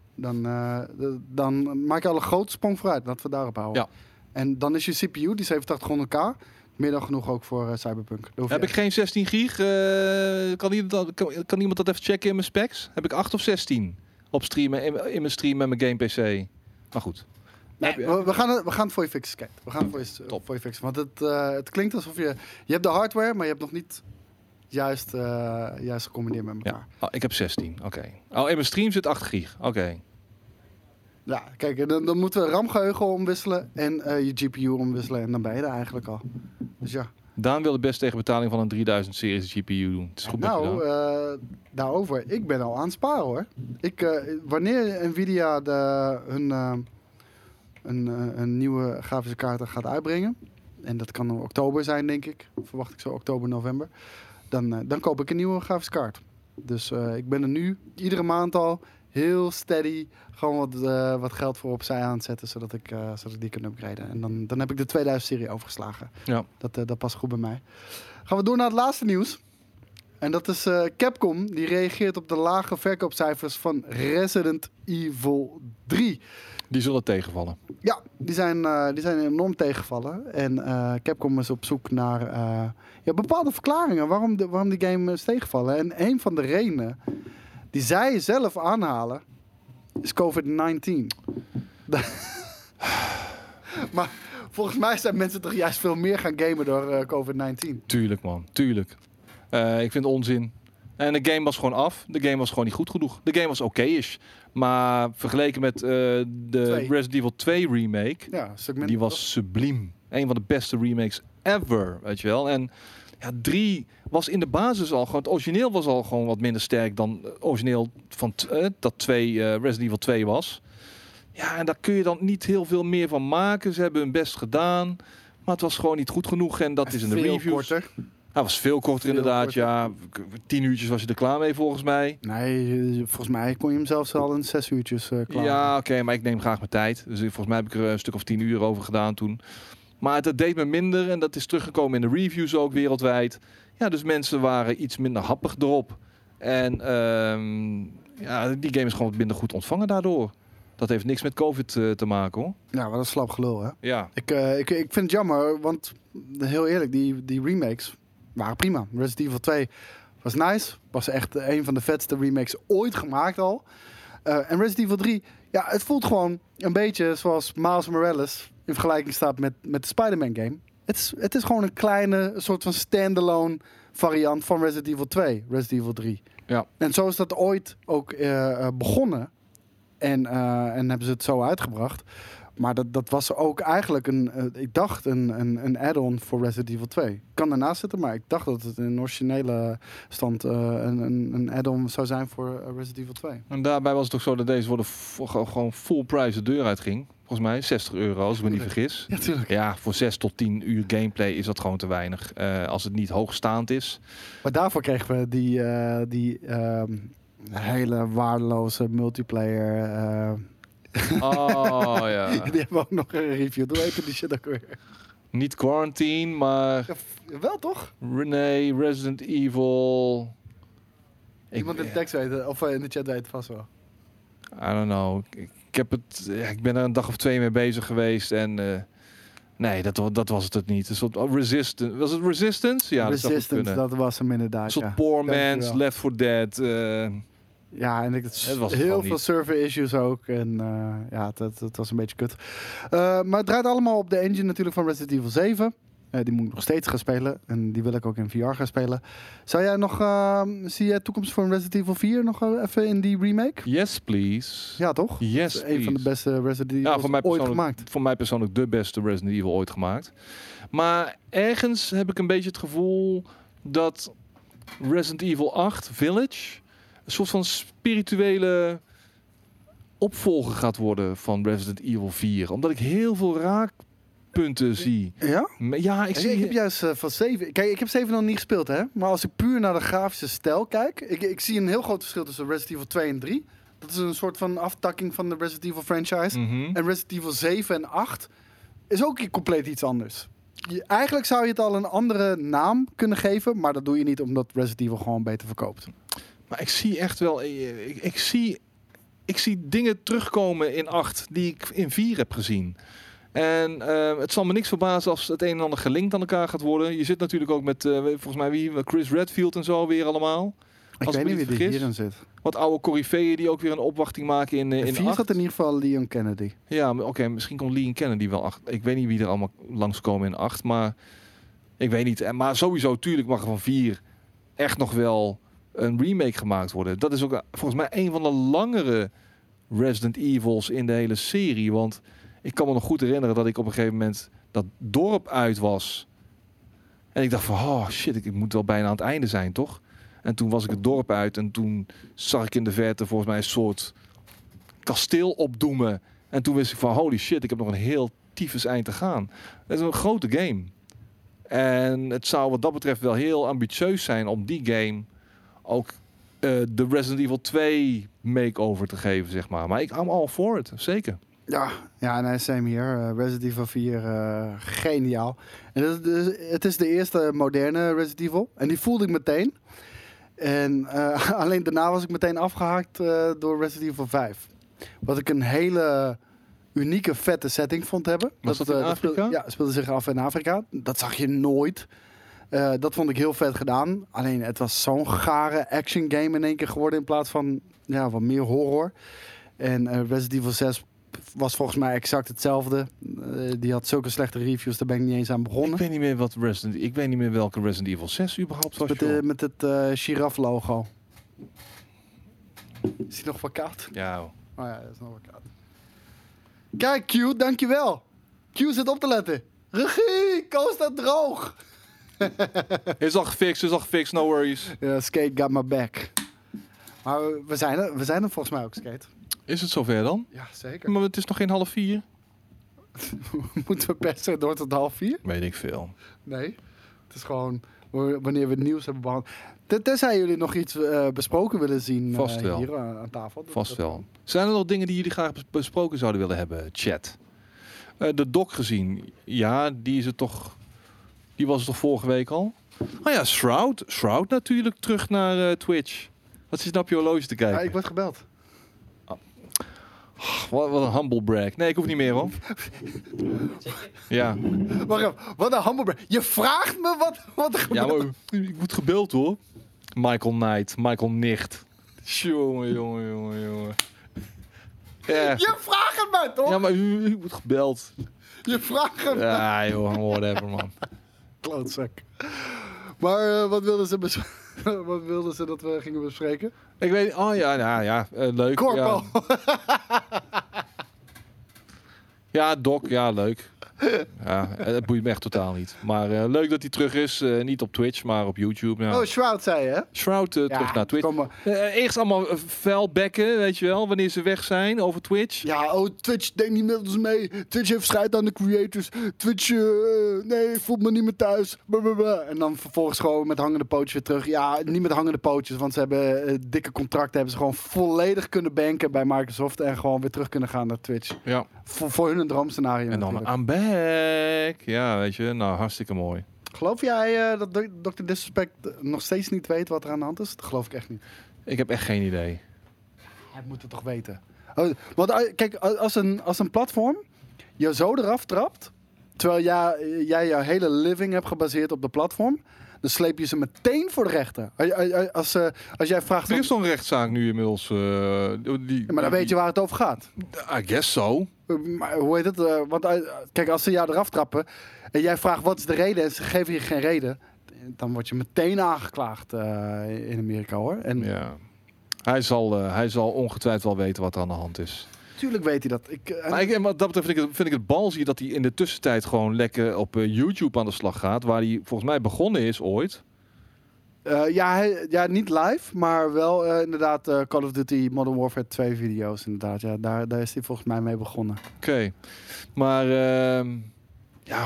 Dan maak je al een grote sprong vooruit. Laten we daarop houden. Ja. En dan is je CPU, die 8700k, meer dan genoeg ook voor Cyberpunk. Heb ik geen 16 gig? Kan iemand dat even checken in mijn specs? Heb ik 8 of 16 op streamen in mijn stream met mijn game PC? Maar goed. Nee, we gaan het voor je fixen, Kate. We gaan het voor je fixen. Want het klinkt alsof je hebt de hardware, maar je hebt nog niet juist gecombineerd met elkaar. Ja. Oh, ik heb 16, oké. Oh, in mijn stream zit 8 gig, oké. Ja, kijk, dan moeten we RAM-geheugen omwisselen en je GPU omwisselen. En dan ben je er eigenlijk al. Dus ja. Daan wil de best tegen betaling van een 3000 series GPU doen. Het is goed daarover. Ik ben al aan het sparen, hoor. Wanneer Nvidia een nieuwe grafische kaart gaat uitbrengen, en dat kan in oktober zijn, denk ik. Verwacht ik zo oktober, november. Dan koop ik een nieuwe grafische kaart. Dus ik ben er nu iedere maand al heel steady gewoon wat geld voor opzij aan het zetten, zodat ik die kan upgraden. En dan heb ik de 2000-serie overgeslagen. Ja. Dat past goed bij mij. Gaan we door naar het laatste nieuws. En dat is Capcom. Die reageert op de lage verkoopcijfers van Resident Evil 3. Die zullen tegenvallen. Ja, die zijn enorm tegengevallen. En Capcom is op zoek naar bepaalde verklaringen waarom die game is tegengevallen. En een van de redenen die zij zelf aanhalen is COVID-19. Maar volgens mij zijn mensen toch juist veel meer gaan gamen door COVID-19. Tuurlijk, man. Tuurlijk. Ik vind het onzin. En de game was gewoon af. De game was gewoon niet goed genoeg. De game was oké-ish. Maar vergeleken met de Resident Evil 2 remake, Ja, een stuk minder, die toch? was subliem. Een van de beste remakes ever, weet je wel. En ja, 3 was in de basis al gewoon... Het origineel was al gewoon wat minder sterk dan origineel van dat Resident Evil 2 was. Ja, en daar kun je dan niet heel veel meer van maken. Ze hebben hun best gedaan. Maar het was gewoon niet goed genoeg. En dat is in de Veel reviews. korter. Hij was veel korter inderdaad, korter. ja. 10 uurtjes was je er klaar mee volgens mij. Nee, volgens mij kon je hem zelfs al in 6 uurtjes klaar. Ja, oké, maar ik neem graag mijn tijd. Dus volgens mij heb ik er een stuk of 10 uur over gedaan toen. Maar het deed me minder en dat is teruggekomen in de reviews ook wereldwijd. Ja, dus mensen waren iets minder happig erop. En die game is gewoon wat minder goed ontvangen daardoor. Dat heeft niks met COVID te maken, hoor. Ja, maar dat is slap gelul, hè? Ja. Ik vind het jammer, want heel eerlijk, die remakes waren prima. Resident Evil 2 was nice. Was echt een van de vetste remakes ooit gemaakt al. En Resident Evil 3, ja, het voelt gewoon een beetje zoals Miles Morales in vergelijking staat met de Spider-Man game. Het is gewoon een kleine soort van standalone variant van Resident Evil 2, Resident Evil 3. Ja. En zo is dat ooit ook begonnen. En hebben ze het zo uitgebracht. Maar dat was ook eigenlijk een add-on voor Resident Evil 2. Kan daarnaast zitten, maar ik dacht dat het in een originele stand een add-on zou zijn voor Resident Evil 2. En daarbij was het toch zo dat deze worden gewoon full price de deur uitging. Volgens mij €60, als ik me niet vergis. Ja, tuurlijk. Ja, voor 6 tot 10 uur gameplay is dat gewoon te weinig. Als het niet hoogstaand is. Maar daarvoor kregen we die hele waardeloze multiplayer. Oh ja. Die hebben we ook nog een review. Hoe heet die shit ook weer? Niet Quarantine, maar Ja, wel toch? Renee, Resident Evil. Iemand in de tekst weet, of in de chat weet het vast wel. I don't know. Ik ben er een dag of 2 mee bezig geweest en nee, dat was het niet. Een soort Resistance. Was het Resistance? Ja, Resistance, dat was hem een inderdaad. soort Ja. Poor Dankjewel. Man's, Left 4 Dead. Ja, en Het was heel gewoon veel niet. server issues ook. En het was een beetje kut. Maar het draait allemaal op de engine natuurlijk van Resident Evil 7. Die moet ik nog steeds gaan spelen. En die wil ik ook in VR gaan spelen. Zou jij nog... zie jij toekomst voor een Resident Evil 4 nog even in die remake? Yes, please. Ja, toch? Yes, Dat is een van de please. beste Resident Evils Ja, voor mij ooit persoonlijk, gemaakt. voor mij persoonlijk de beste Resident Evil ooit gemaakt. Maar ergens heb ik een beetje het gevoel dat Resident Evil 8 Village een soort van spirituele opvolger gaat worden van Resident Evil 4. Omdat ik heel veel raakpunten zie. Ja? Ja, ik Ik zie... heb juist van 7... Kijk, ik heb 7 nog niet gespeeld, hè. Maar als ik puur naar de grafische stijl kijk... Ik zie een heel groot verschil tussen Resident Evil 2 en 3. Dat is een soort van aftakking van de Resident Evil franchise. Mhm. En Resident Evil 7 en 8 is ook compleet iets anders. Eigenlijk zou je het al een andere naam kunnen geven... maar dat doe je niet omdat Resident Evil gewoon beter verkoopt. Maar ik zie echt wel... Ik zie dingen terugkomen in 8 die ik in 4 heb gezien. En het zal me niks verbazen als het een en ander gelinkt aan elkaar gaat worden. Je zit natuurlijk ook met, volgens mij Chris Redfield en zo weer allemaal. Ik Als weet me niet wie niet die vergis. hierin zit. Wat oude coryfeeën die ook weer een opwachting maken in In 4 8. zat in ieder geval Leon Kennedy. Ja, maar oké, misschien komt Leon Kennedy wel 8. Ik weet niet wie er allemaal langskomen in 8, maar ik weet niet. Maar sowieso, tuurlijk mag er van 4 echt nog wel een remake gemaakt worden. Dat is ook volgens mij een van de langere Resident Evils in de hele serie. Want ik kan me nog goed herinneren dat ik op een gegeven moment dat dorp uit was. En ik dacht van, oh shit, ik moet wel bijna aan het einde zijn, toch? En toen was ik het dorp uit en toen zag ik in de verte volgens mij een soort kasteel opdoemen. En toen wist ik van, holy shit, ik heb nog een heel tyfus eind te gaan. Het is een grote game. En het zou wat dat betreft wel heel ambitieus zijn om die game ook de Resident Evil 2 makeover te geven, zeg maar. Maar ik I'm all for it, zeker. Ja, nee, same hier. Resident Evil 4, geniaal. En het is de eerste moderne Resident Evil. En die voelde ik meteen. En alleen daarna was ik meteen afgehaakt door Resident Evil 5. Wat ik een hele unieke, vette setting vond hebben. Was dat in Afrika? Ja, speelde zich af in Afrika. Dat zag je nooit. Dat vond ik heel vet gedaan. Alleen het was zo'n gare action game in één keer geworden in plaats van wat meer horror. En Resident Evil 6 was volgens mij exact hetzelfde. Die had zulke slechte reviews, daar ben ik niet eens aan begonnen. Ik weet niet meer welke Resident Evil 6 überhaupt was. Met het giraf-logo. Is die nog wat koud? Ja. Oh ja, dat is nog wat koud. Kijk, Q, dankjewel. Q zit op te letten. Regie, Koos staat droog. Is al gefixt, no worries. Ja, Skate got my back. Maar we zijn er volgens mij ook, Skate. Is het zover dan? Ja, zeker. Maar het is nog geen 3:30. Moeten we per se door tot 3:30? Weet ik veel. Nee. Het is gewoon wanneer we het nieuws hebben behandeld. Tenzij jullie nog iets besproken willen zien Vast wel. hier aan tafel. Vast wel. Zijn er nog dingen die jullie graag besproken zouden willen hebben, chat? De doc gezien. Ja, die was er toch vorige week al? Oh ja, Shroud. Shroud natuurlijk terug naar Twitch. Wat is nou op je horloge te kijken? Ja, ik word gebeld. Wat een humble brag. Nee, ik hoef niet meer hoor. Ja. Wacht even, wat een hamburger. Je vraagt me wat er Ja, gebeurt. maar ik moet gebeld hoor. Michael Knight, Michael Nicht. Jongen. Ja. Je vraagt het mij toch? Ja, maar u wordt gebeld. Je vraagt het mij. Ja, joh, whatever, man. Klootzak. Maar wat wilden ze wat wilden ze dat we gingen bespreken? Ik weet, oh ja, leuk. Corpo. Ja, Doc, ja, leuk. Ja, het boeit me echt totaal niet. Maar leuk dat hij terug is. Niet op Twitch, maar op YouTube. Ja. Oh, Shroud zei je, hè? Shroud terug naar Twitch. kom maar. Eerst allemaal vuilbekken, weet je wel, wanneer ze weg zijn over Twitch. Ja, Twitch denkt niet met ons mee. Twitch heeft scheid aan de creators. Twitch, nee, voelt me niet meer thuis. Blablabla. En dan vervolgens gewoon met hangende pootjes weer terug. Ja, niet met hangende pootjes, want ze hebben dikke contracten. Hebben ze gewoon volledig kunnen banken bij Microsoft. En gewoon weer terug kunnen gaan naar Twitch. Ja. Voor hun een droomscenario En dan natuurlijk. I'm back. Ja, weet je, nou hartstikke mooi. Geloof jij dat Dr. Disrespect nog steeds niet weet wat er aan de hand is? Dat geloof ik echt niet. Ik heb echt geen idee. Hij moet het toch weten. Want kijk, als een platform je zo eraf trapt, terwijl jij jouw hele living hebt gebaseerd op de platform, dan sleep je ze meteen voor de rechter. Als jij vraagt... Er is zo'n rechtszaak nu inmiddels. maar dan weet je waar het over gaat. I guess so. Maar hoe heet het? Want kijk, als ze jou eraf trappen en jij vraagt wat is de reden en ze geven je geen reden, dan word je meteen aangeklaagd in Amerika, hoor. En Ja. Hij zal ongetwijfeld wel weten wat er aan de hand is. natuurlijk weet hij dat. Maar wat dat betreft vind ik het balzie dat hij in de tussentijd gewoon lekker op YouTube aan de slag gaat. Waar hij volgens mij begonnen is ooit. Niet live, maar wel inderdaad Call of Duty Modern Warfare 2 video's. Inderdaad, ja, daar is hij volgens mij mee begonnen. Oké. Maar ja,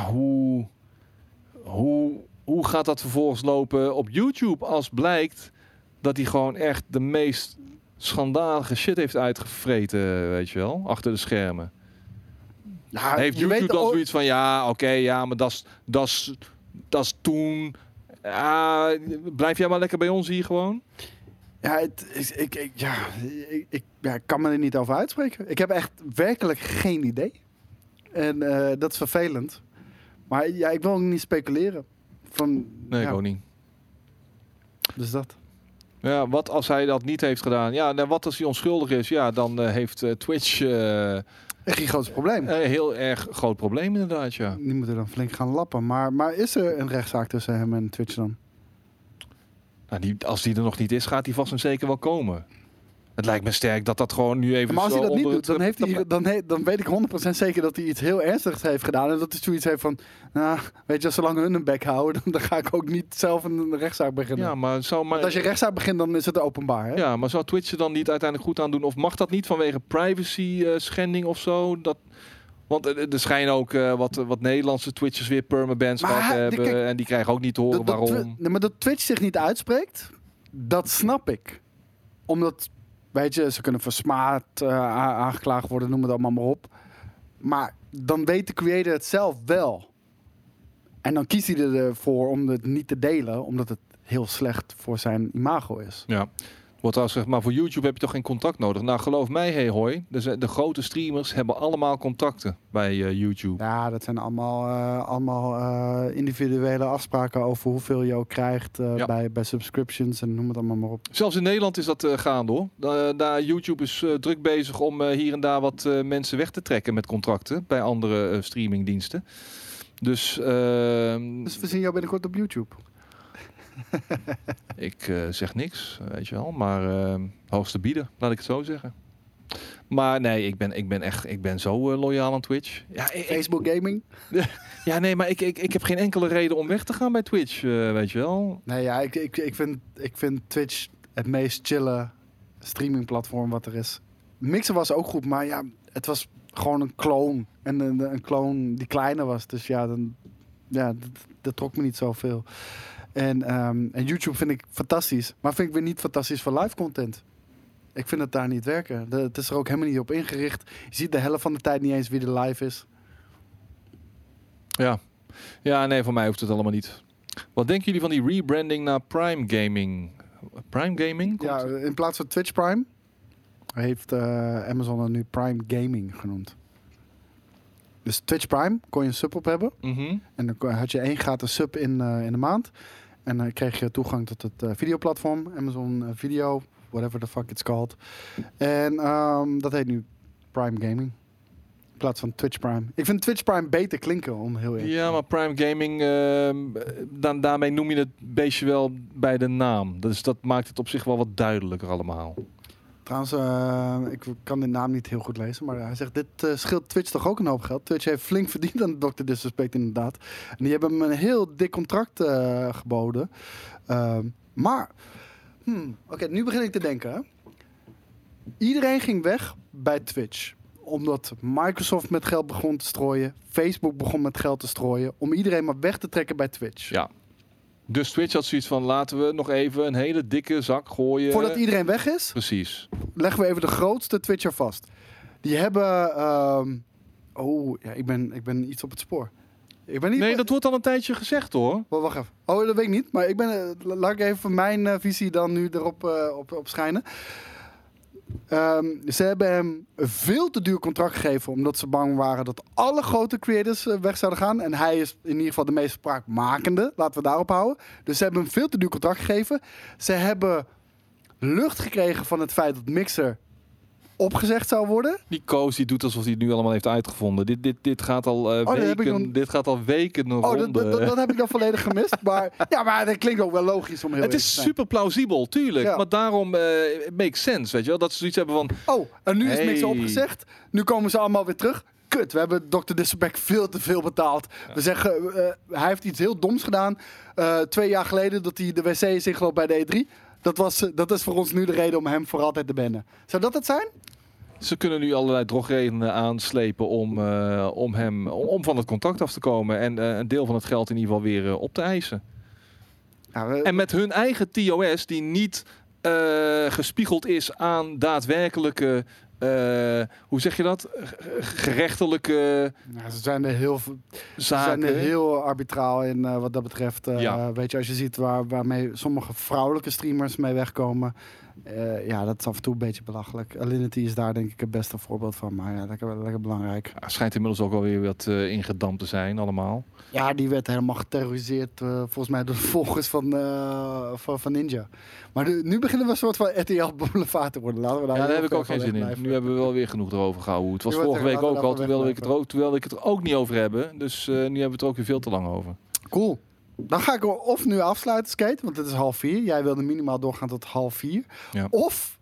hoe gaat dat vervolgens lopen op YouTube als blijkt dat hij gewoon echt de meest schandalige shit heeft uitgevreten, weet je wel, achter de schermen. Ja, Heeft YouTube dan zoiets van, ja, oké, ja, maar dat is toen. Blijf jij maar lekker bij ons hier gewoon? Ja, ik kan me er niet over uitspreken. Ik heb echt werkelijk geen idee. En dat is vervelend. Maar ja, ik wil ook niet speculeren. Nee, ik ook niet. Dus dat. Ja, wat als hij dat niet heeft gedaan? Ja, nou, wat als hij onschuldig is? Ja, dan heeft Twitch Een gigantisch probleem. een heel erg groot probleem inderdaad, ja. Die moeten dan flink gaan lappen. Maar is er een rechtszaak tussen hem en Twitch dan? Nou, als die er nog niet is, gaat die vast en zeker wel komen. Het lijkt me sterk dat dat gewoon nu even Maar als zo hij dat niet onder doet, dan weet ik 100% zeker dat hij iets heel ernstigs heeft gedaan. En dat hij zoiets heeft van, nou, weet je, zolang hun een bek houden, dan ga ik ook niet zelf een rechtszaak beginnen. Ja, maar Want als je rechtszaak begint, dan is het openbaar, hè? Ja, maar zou Twitch er dan niet uiteindelijk goed aan doen? Of mag dat niet vanwege privacy schending of zo? Want er schijnen ook wat Nederlandse Twitchers weer permabans Maar gehad hebben. kijk, En die krijgen ook niet te horen waarom. Maar dat Twitch zich niet uitspreekt, dat snap ik. Omdat, weet je, ze kunnen versmaad aangeklaagd worden, noem het allemaal maar op. Maar dan weet de creator het zelf wel. En dan kiest hij ervoor om het niet te delen, omdat het heel slecht voor zijn imago is. Ja. Wordt trouwens gezegd, maar voor YouTube heb je toch geen contact nodig? Nou, geloof mij, hey hoi. De grote streamers hebben allemaal contacten bij YouTube. Ja, dat zijn allemaal individuele afspraken over hoeveel je ook krijgt bij subscriptions en noem het allemaal maar op. Zelfs in Nederland is dat gaande hoor. Daar YouTube is druk bezig om hier en daar wat mensen weg te trekken met contracten bij andere streamingdiensten. Dus we zien jou binnenkort op YouTube. Ik zeg niks, weet je wel. Maar hoogste bieden, laat ik het zo zeggen. Maar nee, ik ben zo loyaal aan Twitch. Ja, Facebook gaming? Ja, nee, maar ik heb geen enkele reden om weg te gaan bij Twitch, weet je wel. Nee, ja, ik vind Twitch het meest chille streamingplatform wat er is. Mixer was ook goed, maar ja, het was gewoon een clone. En een clone die kleiner was. Dus ja, dat trok me niet zoveel. En YouTube vind ik fantastisch. Maar vind ik weer niet fantastisch voor live content. Ik vind het daar niet werken. Het is er ook helemaal niet op ingericht. Je ziet de helft van de tijd niet eens wie er live is. Ja, nee, voor mij hoeft het allemaal niet. Wat denken jullie van die rebranding naar Prime Gaming? Prime Gaming? Ja, in plaats van Twitch Prime heeft Amazon er nu Prime Gaming genoemd. Dus Twitch Prime kon je een sub op hebben. Mm-hmm. En dan had je 1 gratis sub in de maand. En dan kreeg je toegang tot het videoplatform. Amazon Video, whatever the fuck it's called. En dat heet nu Prime Gaming. In plaats van Twitch Prime. Ik vind Twitch Prime beter klinken, om heel eerlijk te zijn. Ja, maar Prime Gaming, daarmee noem je het beestje wel bij de naam. Dus dat maakt het op zich wel wat duidelijker allemaal. Trouwens, ik kan de naam niet heel goed lezen, maar hij zegt, dit scheelt Twitch toch ook een hoop geld. Twitch heeft flink verdiend aan Dr. Disrespect inderdaad. En die hebben hem een heel dik contract geboden. Maar, oké, nu begin ik te denken. Hè. Iedereen ging weg bij Twitch. Omdat Microsoft met geld begon te strooien. Facebook begon met geld te strooien. Om iedereen maar weg te trekken bij Twitch. Ja. Dus Twitch had zoiets van, laten we nog even een hele dikke zak gooien. Voordat iedereen weg is, Precies. leggen we even de grootste Twitcher vast. Die hebben... ik ben iets op het spoor. Nee, dat wordt al een tijdje gezegd hoor. Wacht even. Oh, dat weet ik niet. Maar laat ik even mijn visie dan nu erop op schijnen. Ze hebben hem een veel te duur contract gegeven, omdat ze bang waren dat alle grote creators weg zouden gaan. En hij is in ieder geval de meest spraakmakende. Laten we daarop houden. Dus ze hebben hem veel te duur contract gegeven. Ze hebben lucht gekregen van het feit dat Mixer opgezegd zou worden. Die Koos die doet alsof hij het nu allemaal heeft uitgevonden. Dit gaat al weken. Dit gaat al weken een ronde. Dat heb ik dan volledig gemist. Maar dat klinkt ook wel logisch om heel Het is super plausibel, tuurlijk. Ja. Maar daarom makes sense, weet je wel. Dat ze zoiets hebben van... Oh, en nu is Mixer opgezegd. Nu komen ze allemaal weer terug. Kut, we hebben Dr. Disrespect veel te veel betaald. Ja. We zeggen, hij heeft iets heel doms gedaan. 2 jaar geleden dat hij de wc is ingelopen bij de E3. Dat is voor ons nu de reden om hem voor altijd te bannen. Zou dat het zijn? Ze kunnen nu allerlei drogredenen aanslepen om van het contract af te komen. En een deel van het geld in ieder geval weer op te eisen. Ja, en met hun eigen TOS die niet gespiegeld is aan daadwerkelijke... hoe zeg je dat? Gerechtelijke ze zijn er heel zaken. Ze zijn er heel arbitraal in wat dat betreft. Weet je, als je ziet waarmee sommige vrouwelijke streamers mee wegkomen. Dat is af en toe een beetje belachelijk. Alinity is daar denk ik het beste voorbeeld van. Maar ja, lekker belangrijk. Ja, schijnt inmiddels ook alweer wat ingedampt te zijn allemaal. Ja, die werd helemaal geterroriseerd volgens mij door de volgers van Ninja. Maar nu beginnen we een soort van RTL Boulevard te worden. Laten we daar heb ik ook geen zin in. Nu hebben we wel weer genoeg erover gehouden. Het was vorige week ook al, terwijl ik het er ook niet over hebben. Dus nu hebben we het er ook weer veel te lang over. Cool. Dan ga ik of nu afsluiten, Skate, want het is 3:30. Jij wilde minimaal doorgaan tot 3:30. Ja. Of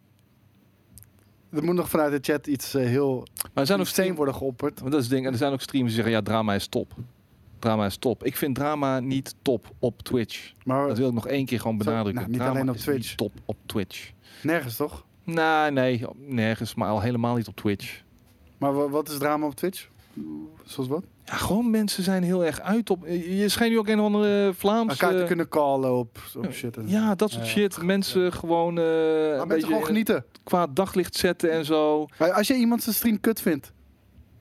er moet nog vanuit de chat iets heel steen worden geopperd. Dat is het ding. En er zijn ook streamers die zeggen, ja, drama is top. Drama is top. Ik vind drama niet top op Twitch. Maar dat wil ik nog 1 keer gewoon benadrukken. Niet drama alleen op Twitch. Niet top op Twitch. Nergens, toch? Nee, nergens. Maar al helemaal niet op Twitch. Maar wat is drama op Twitch? Zoals wat? Ja, gewoon mensen zijn heel erg uit op... Je schijnt nu ook een of andere Vlaamse... Elkaar te kunnen callen op shit. Ja, dat soort shit. Mensen gewoon... een beetje gewoon genieten. Qua daglicht zetten en zo. Als je iemand zijn stream kut vindt,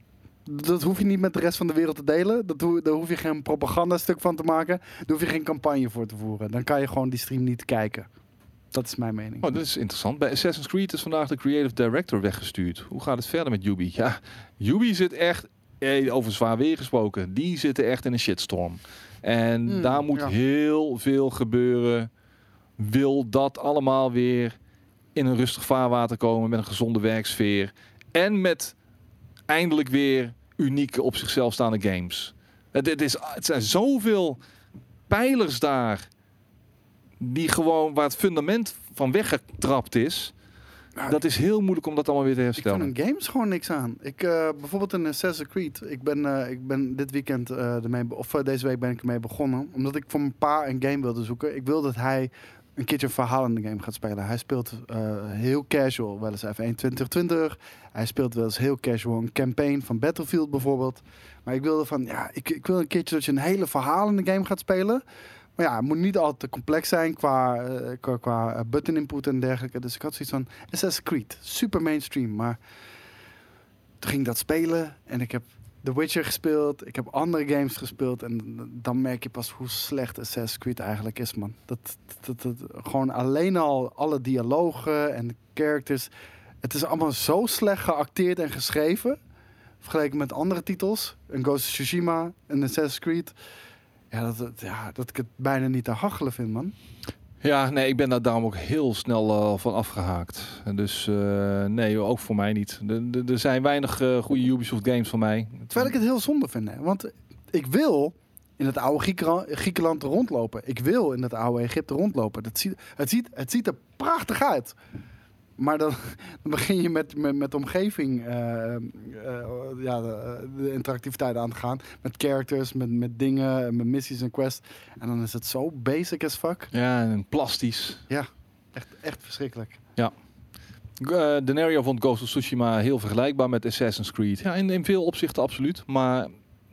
Dat hoef je niet met de rest van de wereld te delen. Daar hoef je geen propagandastuk van te maken. Daar hoef je geen campagne voor te voeren. Dan kan je gewoon die stream niet kijken. Dat is mijn mening. Oh, dat is interessant. Bij Assassin's Creed is vandaag de creative director weggestuurd. Hoe gaat het verder met Ubi? Ja, Ubi zit echt, over zwaar weer gesproken, die zitten echt in een shitstorm. En daar moet heel veel gebeuren. Wil dat allemaal weer in een rustig vaarwater komen met een gezonde werksfeer. En met eindelijk weer unieke op zichzelf staande games. Het zijn zoveel pijlers daar die gewoon waar het fundament van weggetrapt is. Nou, dat is heel moeilijk om dat allemaal weer te herstellen. Ik vind een games gewoon niks aan. Bijvoorbeeld in Assassin's Creed. Ik ben dit weekend deze week ben ik ermee begonnen. Omdat ik voor mijn pa een game wilde zoeken. Ik wil dat hij een keertje een verhaal in de game gaat spelen. Hij speelt heel casual, wel eens F1 2020. Hij speelt wel eens heel casual een campaign van Battlefield bijvoorbeeld. Maar ik wilde van, ik wil een keertje dat je een hele verhaal in de game gaat spelen. Maar ja, het moet niet altijd te complex zijn qua button input en dergelijke. Dus ik had zoiets van Assassin's Creed, super mainstream. Maar toen ging ik dat spelen en ik heb The Witcher gespeeld. Ik heb andere games gespeeld. En dan merk je pas hoe slecht Assassin's Creed eigenlijk is, man. Dat gewoon alleen al alle dialogen en de characters. Het is allemaal zo slecht geacteerd en geschreven. Vergeleken met andere titels. Een Ghost of Tsushima, een Assassin's Creed. Dat ik het bijna niet te hachelen vind, man. Ja, nee, ik ben daar daarom ook heel snel van afgehaakt. Dus nee, ook voor mij niet. Er zijn weinig goede Ubisoft games van mij. Terwijl ik het heel zonde vind. Hè? Want ik wil in het oude Griekenland rondlopen. Ik wil in het oude Egypte rondlopen. Het ziet er prachtig uit. Maar dan begin je met de omgeving, de interactiviteit aan te gaan. Met characters, met dingen, met missies en quests. En dan is het zo basic as fuck. Ja, en plastisch. Ja, echt verschrikkelijk. Ja. Denario vond Ghost of Tsushima heel vergelijkbaar met Assassin's Creed. Ja, in veel opzichten absoluut. Maar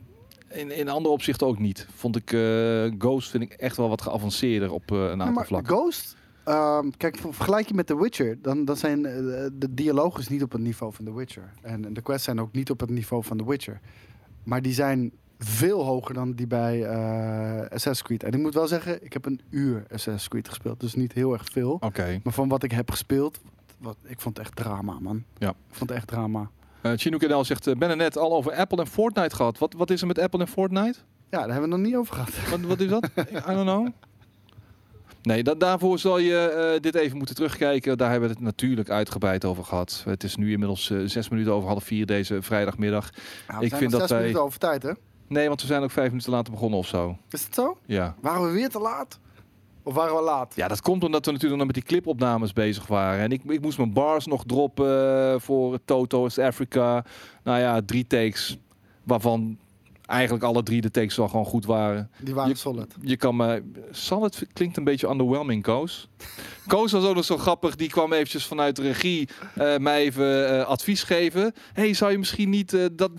in andere opzichten ook niet. Vond ik Ghost vind ik echt wel wat geavanceerder op een aantal vlakken. Ghost... kijk, vergelijk je met The Witcher, dan zijn de dialogen niet op het niveau van The Witcher. En de quests zijn ook niet op het niveau van The Witcher. Maar die zijn veel hoger dan die bij Assassin's Creed. En ik moet wel zeggen, ik heb een uur Assassin's Creed gespeeld. Dus niet heel erg veel. Oké. Maar van wat ik heb gespeeld, ik vond het echt drama, man. Ja. Ik vond het echt drama. Chinook NL zegt, ben er net al over Apple en Fortnite gehad. Wat is er met Apple en Fortnite? Ja, daar hebben we het nog niet over gehad. Wat is dat? I don't know. Nee, daarvoor zal je dit even moeten terugkijken. Daar hebben we het natuurlijk uitgebreid over gehad. Het is nu inmiddels 6 minuten over 3:30 deze vrijdagmiddag. Nou, ik vind dat 6 minuten over tijd, hè? Nee, want we zijn ook 5 minuten later begonnen of zo. Is het zo? Ja. Waren we weer te laat? Of waren we laat? Ja, dat komt omdat we natuurlijk nog met die clipopnames bezig waren. En ik moest mijn bars nog droppen voor Toto's Africa. Nou ja, 3 takes, waarvan eigenlijk alle 3 de takes wel gewoon goed waren. Die waren solid. Je kan me... Solid klinkt een beetje underwhelming, Koos. Koos was ook nog zo grappig. Die kwam eventjes vanuit de regie mij even advies geven. Hey, zou je misschien niet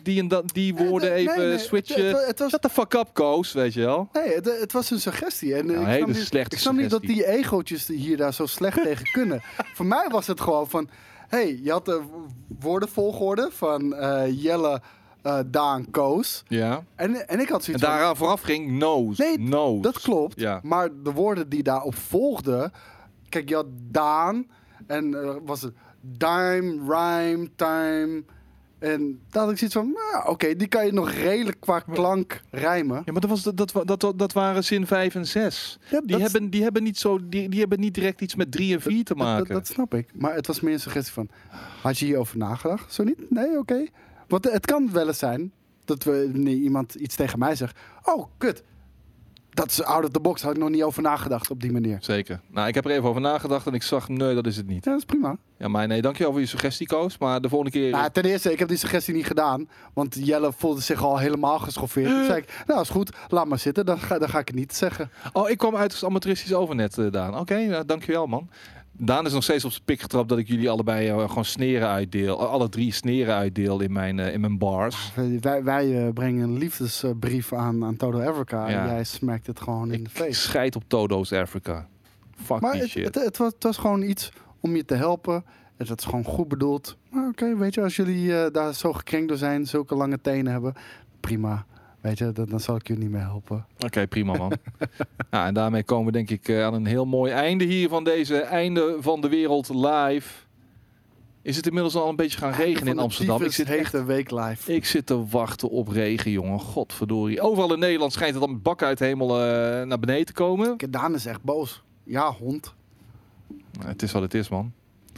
die woorden even switchen? Het was... Shut the fuck up, Koos, weet je wel. Nee, het was een suggestie. En een hele slechte ik snap niet dat die egootjes hier daar zo slecht tegen kunnen. Voor mij was het gewoon van... Hey, je had de woordenvolgorde van Jelle... Daan, Koos. Ja. En ik had zoiets en daaraan vooraf ging Nose. Nee, Nose. Dat klopt. Ja. Maar de woorden die daarop volgden... Kijk, je had Daan en was het dime, rhyme, time... En daar had ik zoiets van... Oké, die kan je nog redelijk qua klank rijmen. Ja, maar dat waren zin 5 en 6. Ja, die hebben niet direct iets met 3 en 4 te maken. Dat snap ik. Maar het was meer een suggestie van... Had je hierover nagedacht? Zo niet? Nee, oké. Want het kan wel eens zijn dat iemand iets tegen mij zegt. Oh, kut. Dat is out of the box. Had ik nog niet over nagedacht op die manier. Zeker. Nou, ik heb er even over nagedacht en ik zag, nee, dat is het niet. Ja, dat is prima. Ja, maar nee, dankjewel voor je suggestie, Koos. Maar de volgende keer... Nou, ten eerste, ik heb die suggestie niet gedaan. Want Jelle voelde zich al helemaal geschoffeerd. Toen zei ik, nou is goed, laat maar zitten. Dan ga ik het niet zeggen. Oh, ik kwam uit als amateuristisch over net, Daan. Oké, dankjewel, man. Daan is nog steeds op zijn pik getrapt dat ik jullie allebei gewoon sneren uitdeel. Alle 3 sneren uitdeel in mijn bars. Wij brengen een liefdesbrief aan Todo Africa. Ja. En jij smerkt het gewoon in de face. Ik scheid op Todo's Africa. Fuck maar die shit. Het was gewoon iets om je te helpen. Dus dat is gewoon goed bedoeld. Maar oké, weet je, als jullie daar zo gekrenkt door zijn, zulke lange tenen hebben, prima. Weet je, dan zal ik jullie niet meer helpen. Oké, prima man. Ja, en daarmee komen we denk ik aan een heel mooi einde hier van deze Einde van de Wereld live. Is het inmiddels al een beetje gaan regenen in Amsterdam? Ik zit echt een week live. Ik zit te wachten op regen, jongen. Godverdorie. Overal in Nederland schijnt het dan met bakken uit de hemel naar beneden te komen. Daan is echt boos. Ja, hond. Het is wat het is, man.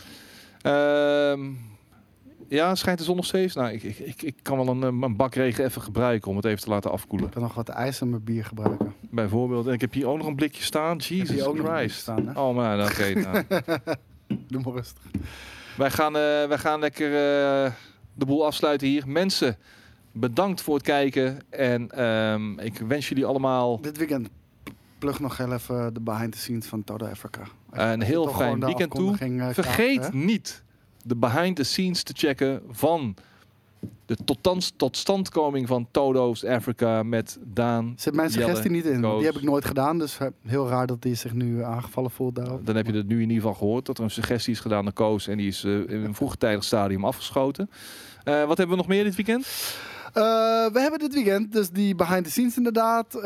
Ja, schijnt de zon nog steeds? Nou, ik kan wel een bak regen even gebruiken om het even te laten afkoelen. Ik kan nog wat ijs in mijn bier gebruiken. Bijvoorbeeld. En ik heb hier ook nog een blikje staan. Jesus Christ. Staan, hè? Oh, maar oké. Nou. Doe maar rustig. Wij gaan lekker de boel afsluiten hier. Mensen, bedankt voor het kijken. En ik wens jullie allemaal Dit weekend plug nog heel even de behind the scenes van Toto Africa. een heel fijn weekend toe. Vergeet niet de behind the scenes te checken van de totstandkoming van Toto's Africa met Daan. Zit mijn suggestie Jelle, niet in. Koos. Die heb ik nooit gedaan, dus heel raar dat hij zich nu aangevallen voelt daarop. Dan heb je het nu in ieder geval gehoord dat er een suggestie is gedaan naar Koos en die is in een vroegtijdig stadium afgeschoten. Wat hebben we nog meer dit weekend? We hebben dit weekend dus die behind the scenes inderdaad.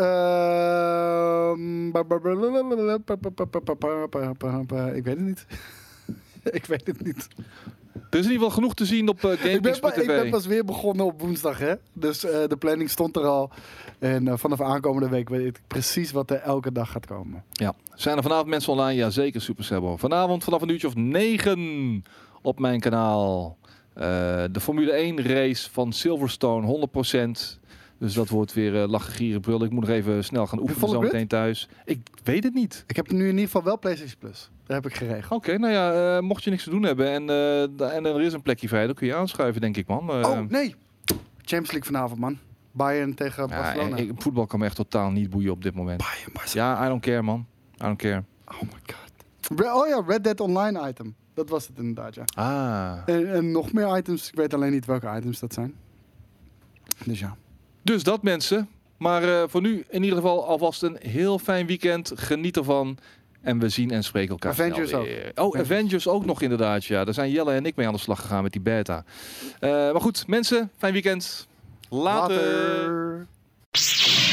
Ik weet het niet. Ik weet het niet. Er is in ieder geval genoeg te zien op Ik ben GameKings.tv. pas weer begonnen op woensdag, hè. Dus de planning stond er al. En vanaf aankomende week weet ik precies wat er elke dag gaat komen. Ja. Zijn er vanavond mensen online? Ja, zeker, Super Sebo. Vanavond vanaf een uurtje of 9 op mijn kanaal. De Formule 1 race van Silverstone, 100%. Dus dat wordt weer lachen, gieren, brullen. Ik moet nog even snel gaan oefenen zo meteen thuis. Ik weet het niet. Ik heb nu in ieder geval wel PlayStation Plus. Dat heb ik geregeld. Oké, nou ja, mocht je niks te doen hebben en er is een plekje vrij, dan kun je aanschuiven, denk ik, man. Oh, nee. Champions League vanavond, man. Bayern tegen Barcelona. Voetbal kan me echt totaal niet boeien op dit moment. Bayern, Barcelona. Ja, I don't care, man. I don't care. Oh my god. Oh ja, Red Dead Online item. Dat was het inderdaad, ja. En nog meer items. Ik weet alleen niet welke items dat zijn. Dus ja. Dus dat, mensen. Maar voor nu in ieder geval alvast een heel fijn weekend. Geniet ervan. En we zien en spreken elkaar Avengers snel weer. Oh, Avengers ook nog inderdaad, ja. Daar zijn Jelle en ik mee aan de slag gegaan met die beta. Maar goed, mensen, fijn weekend. Later.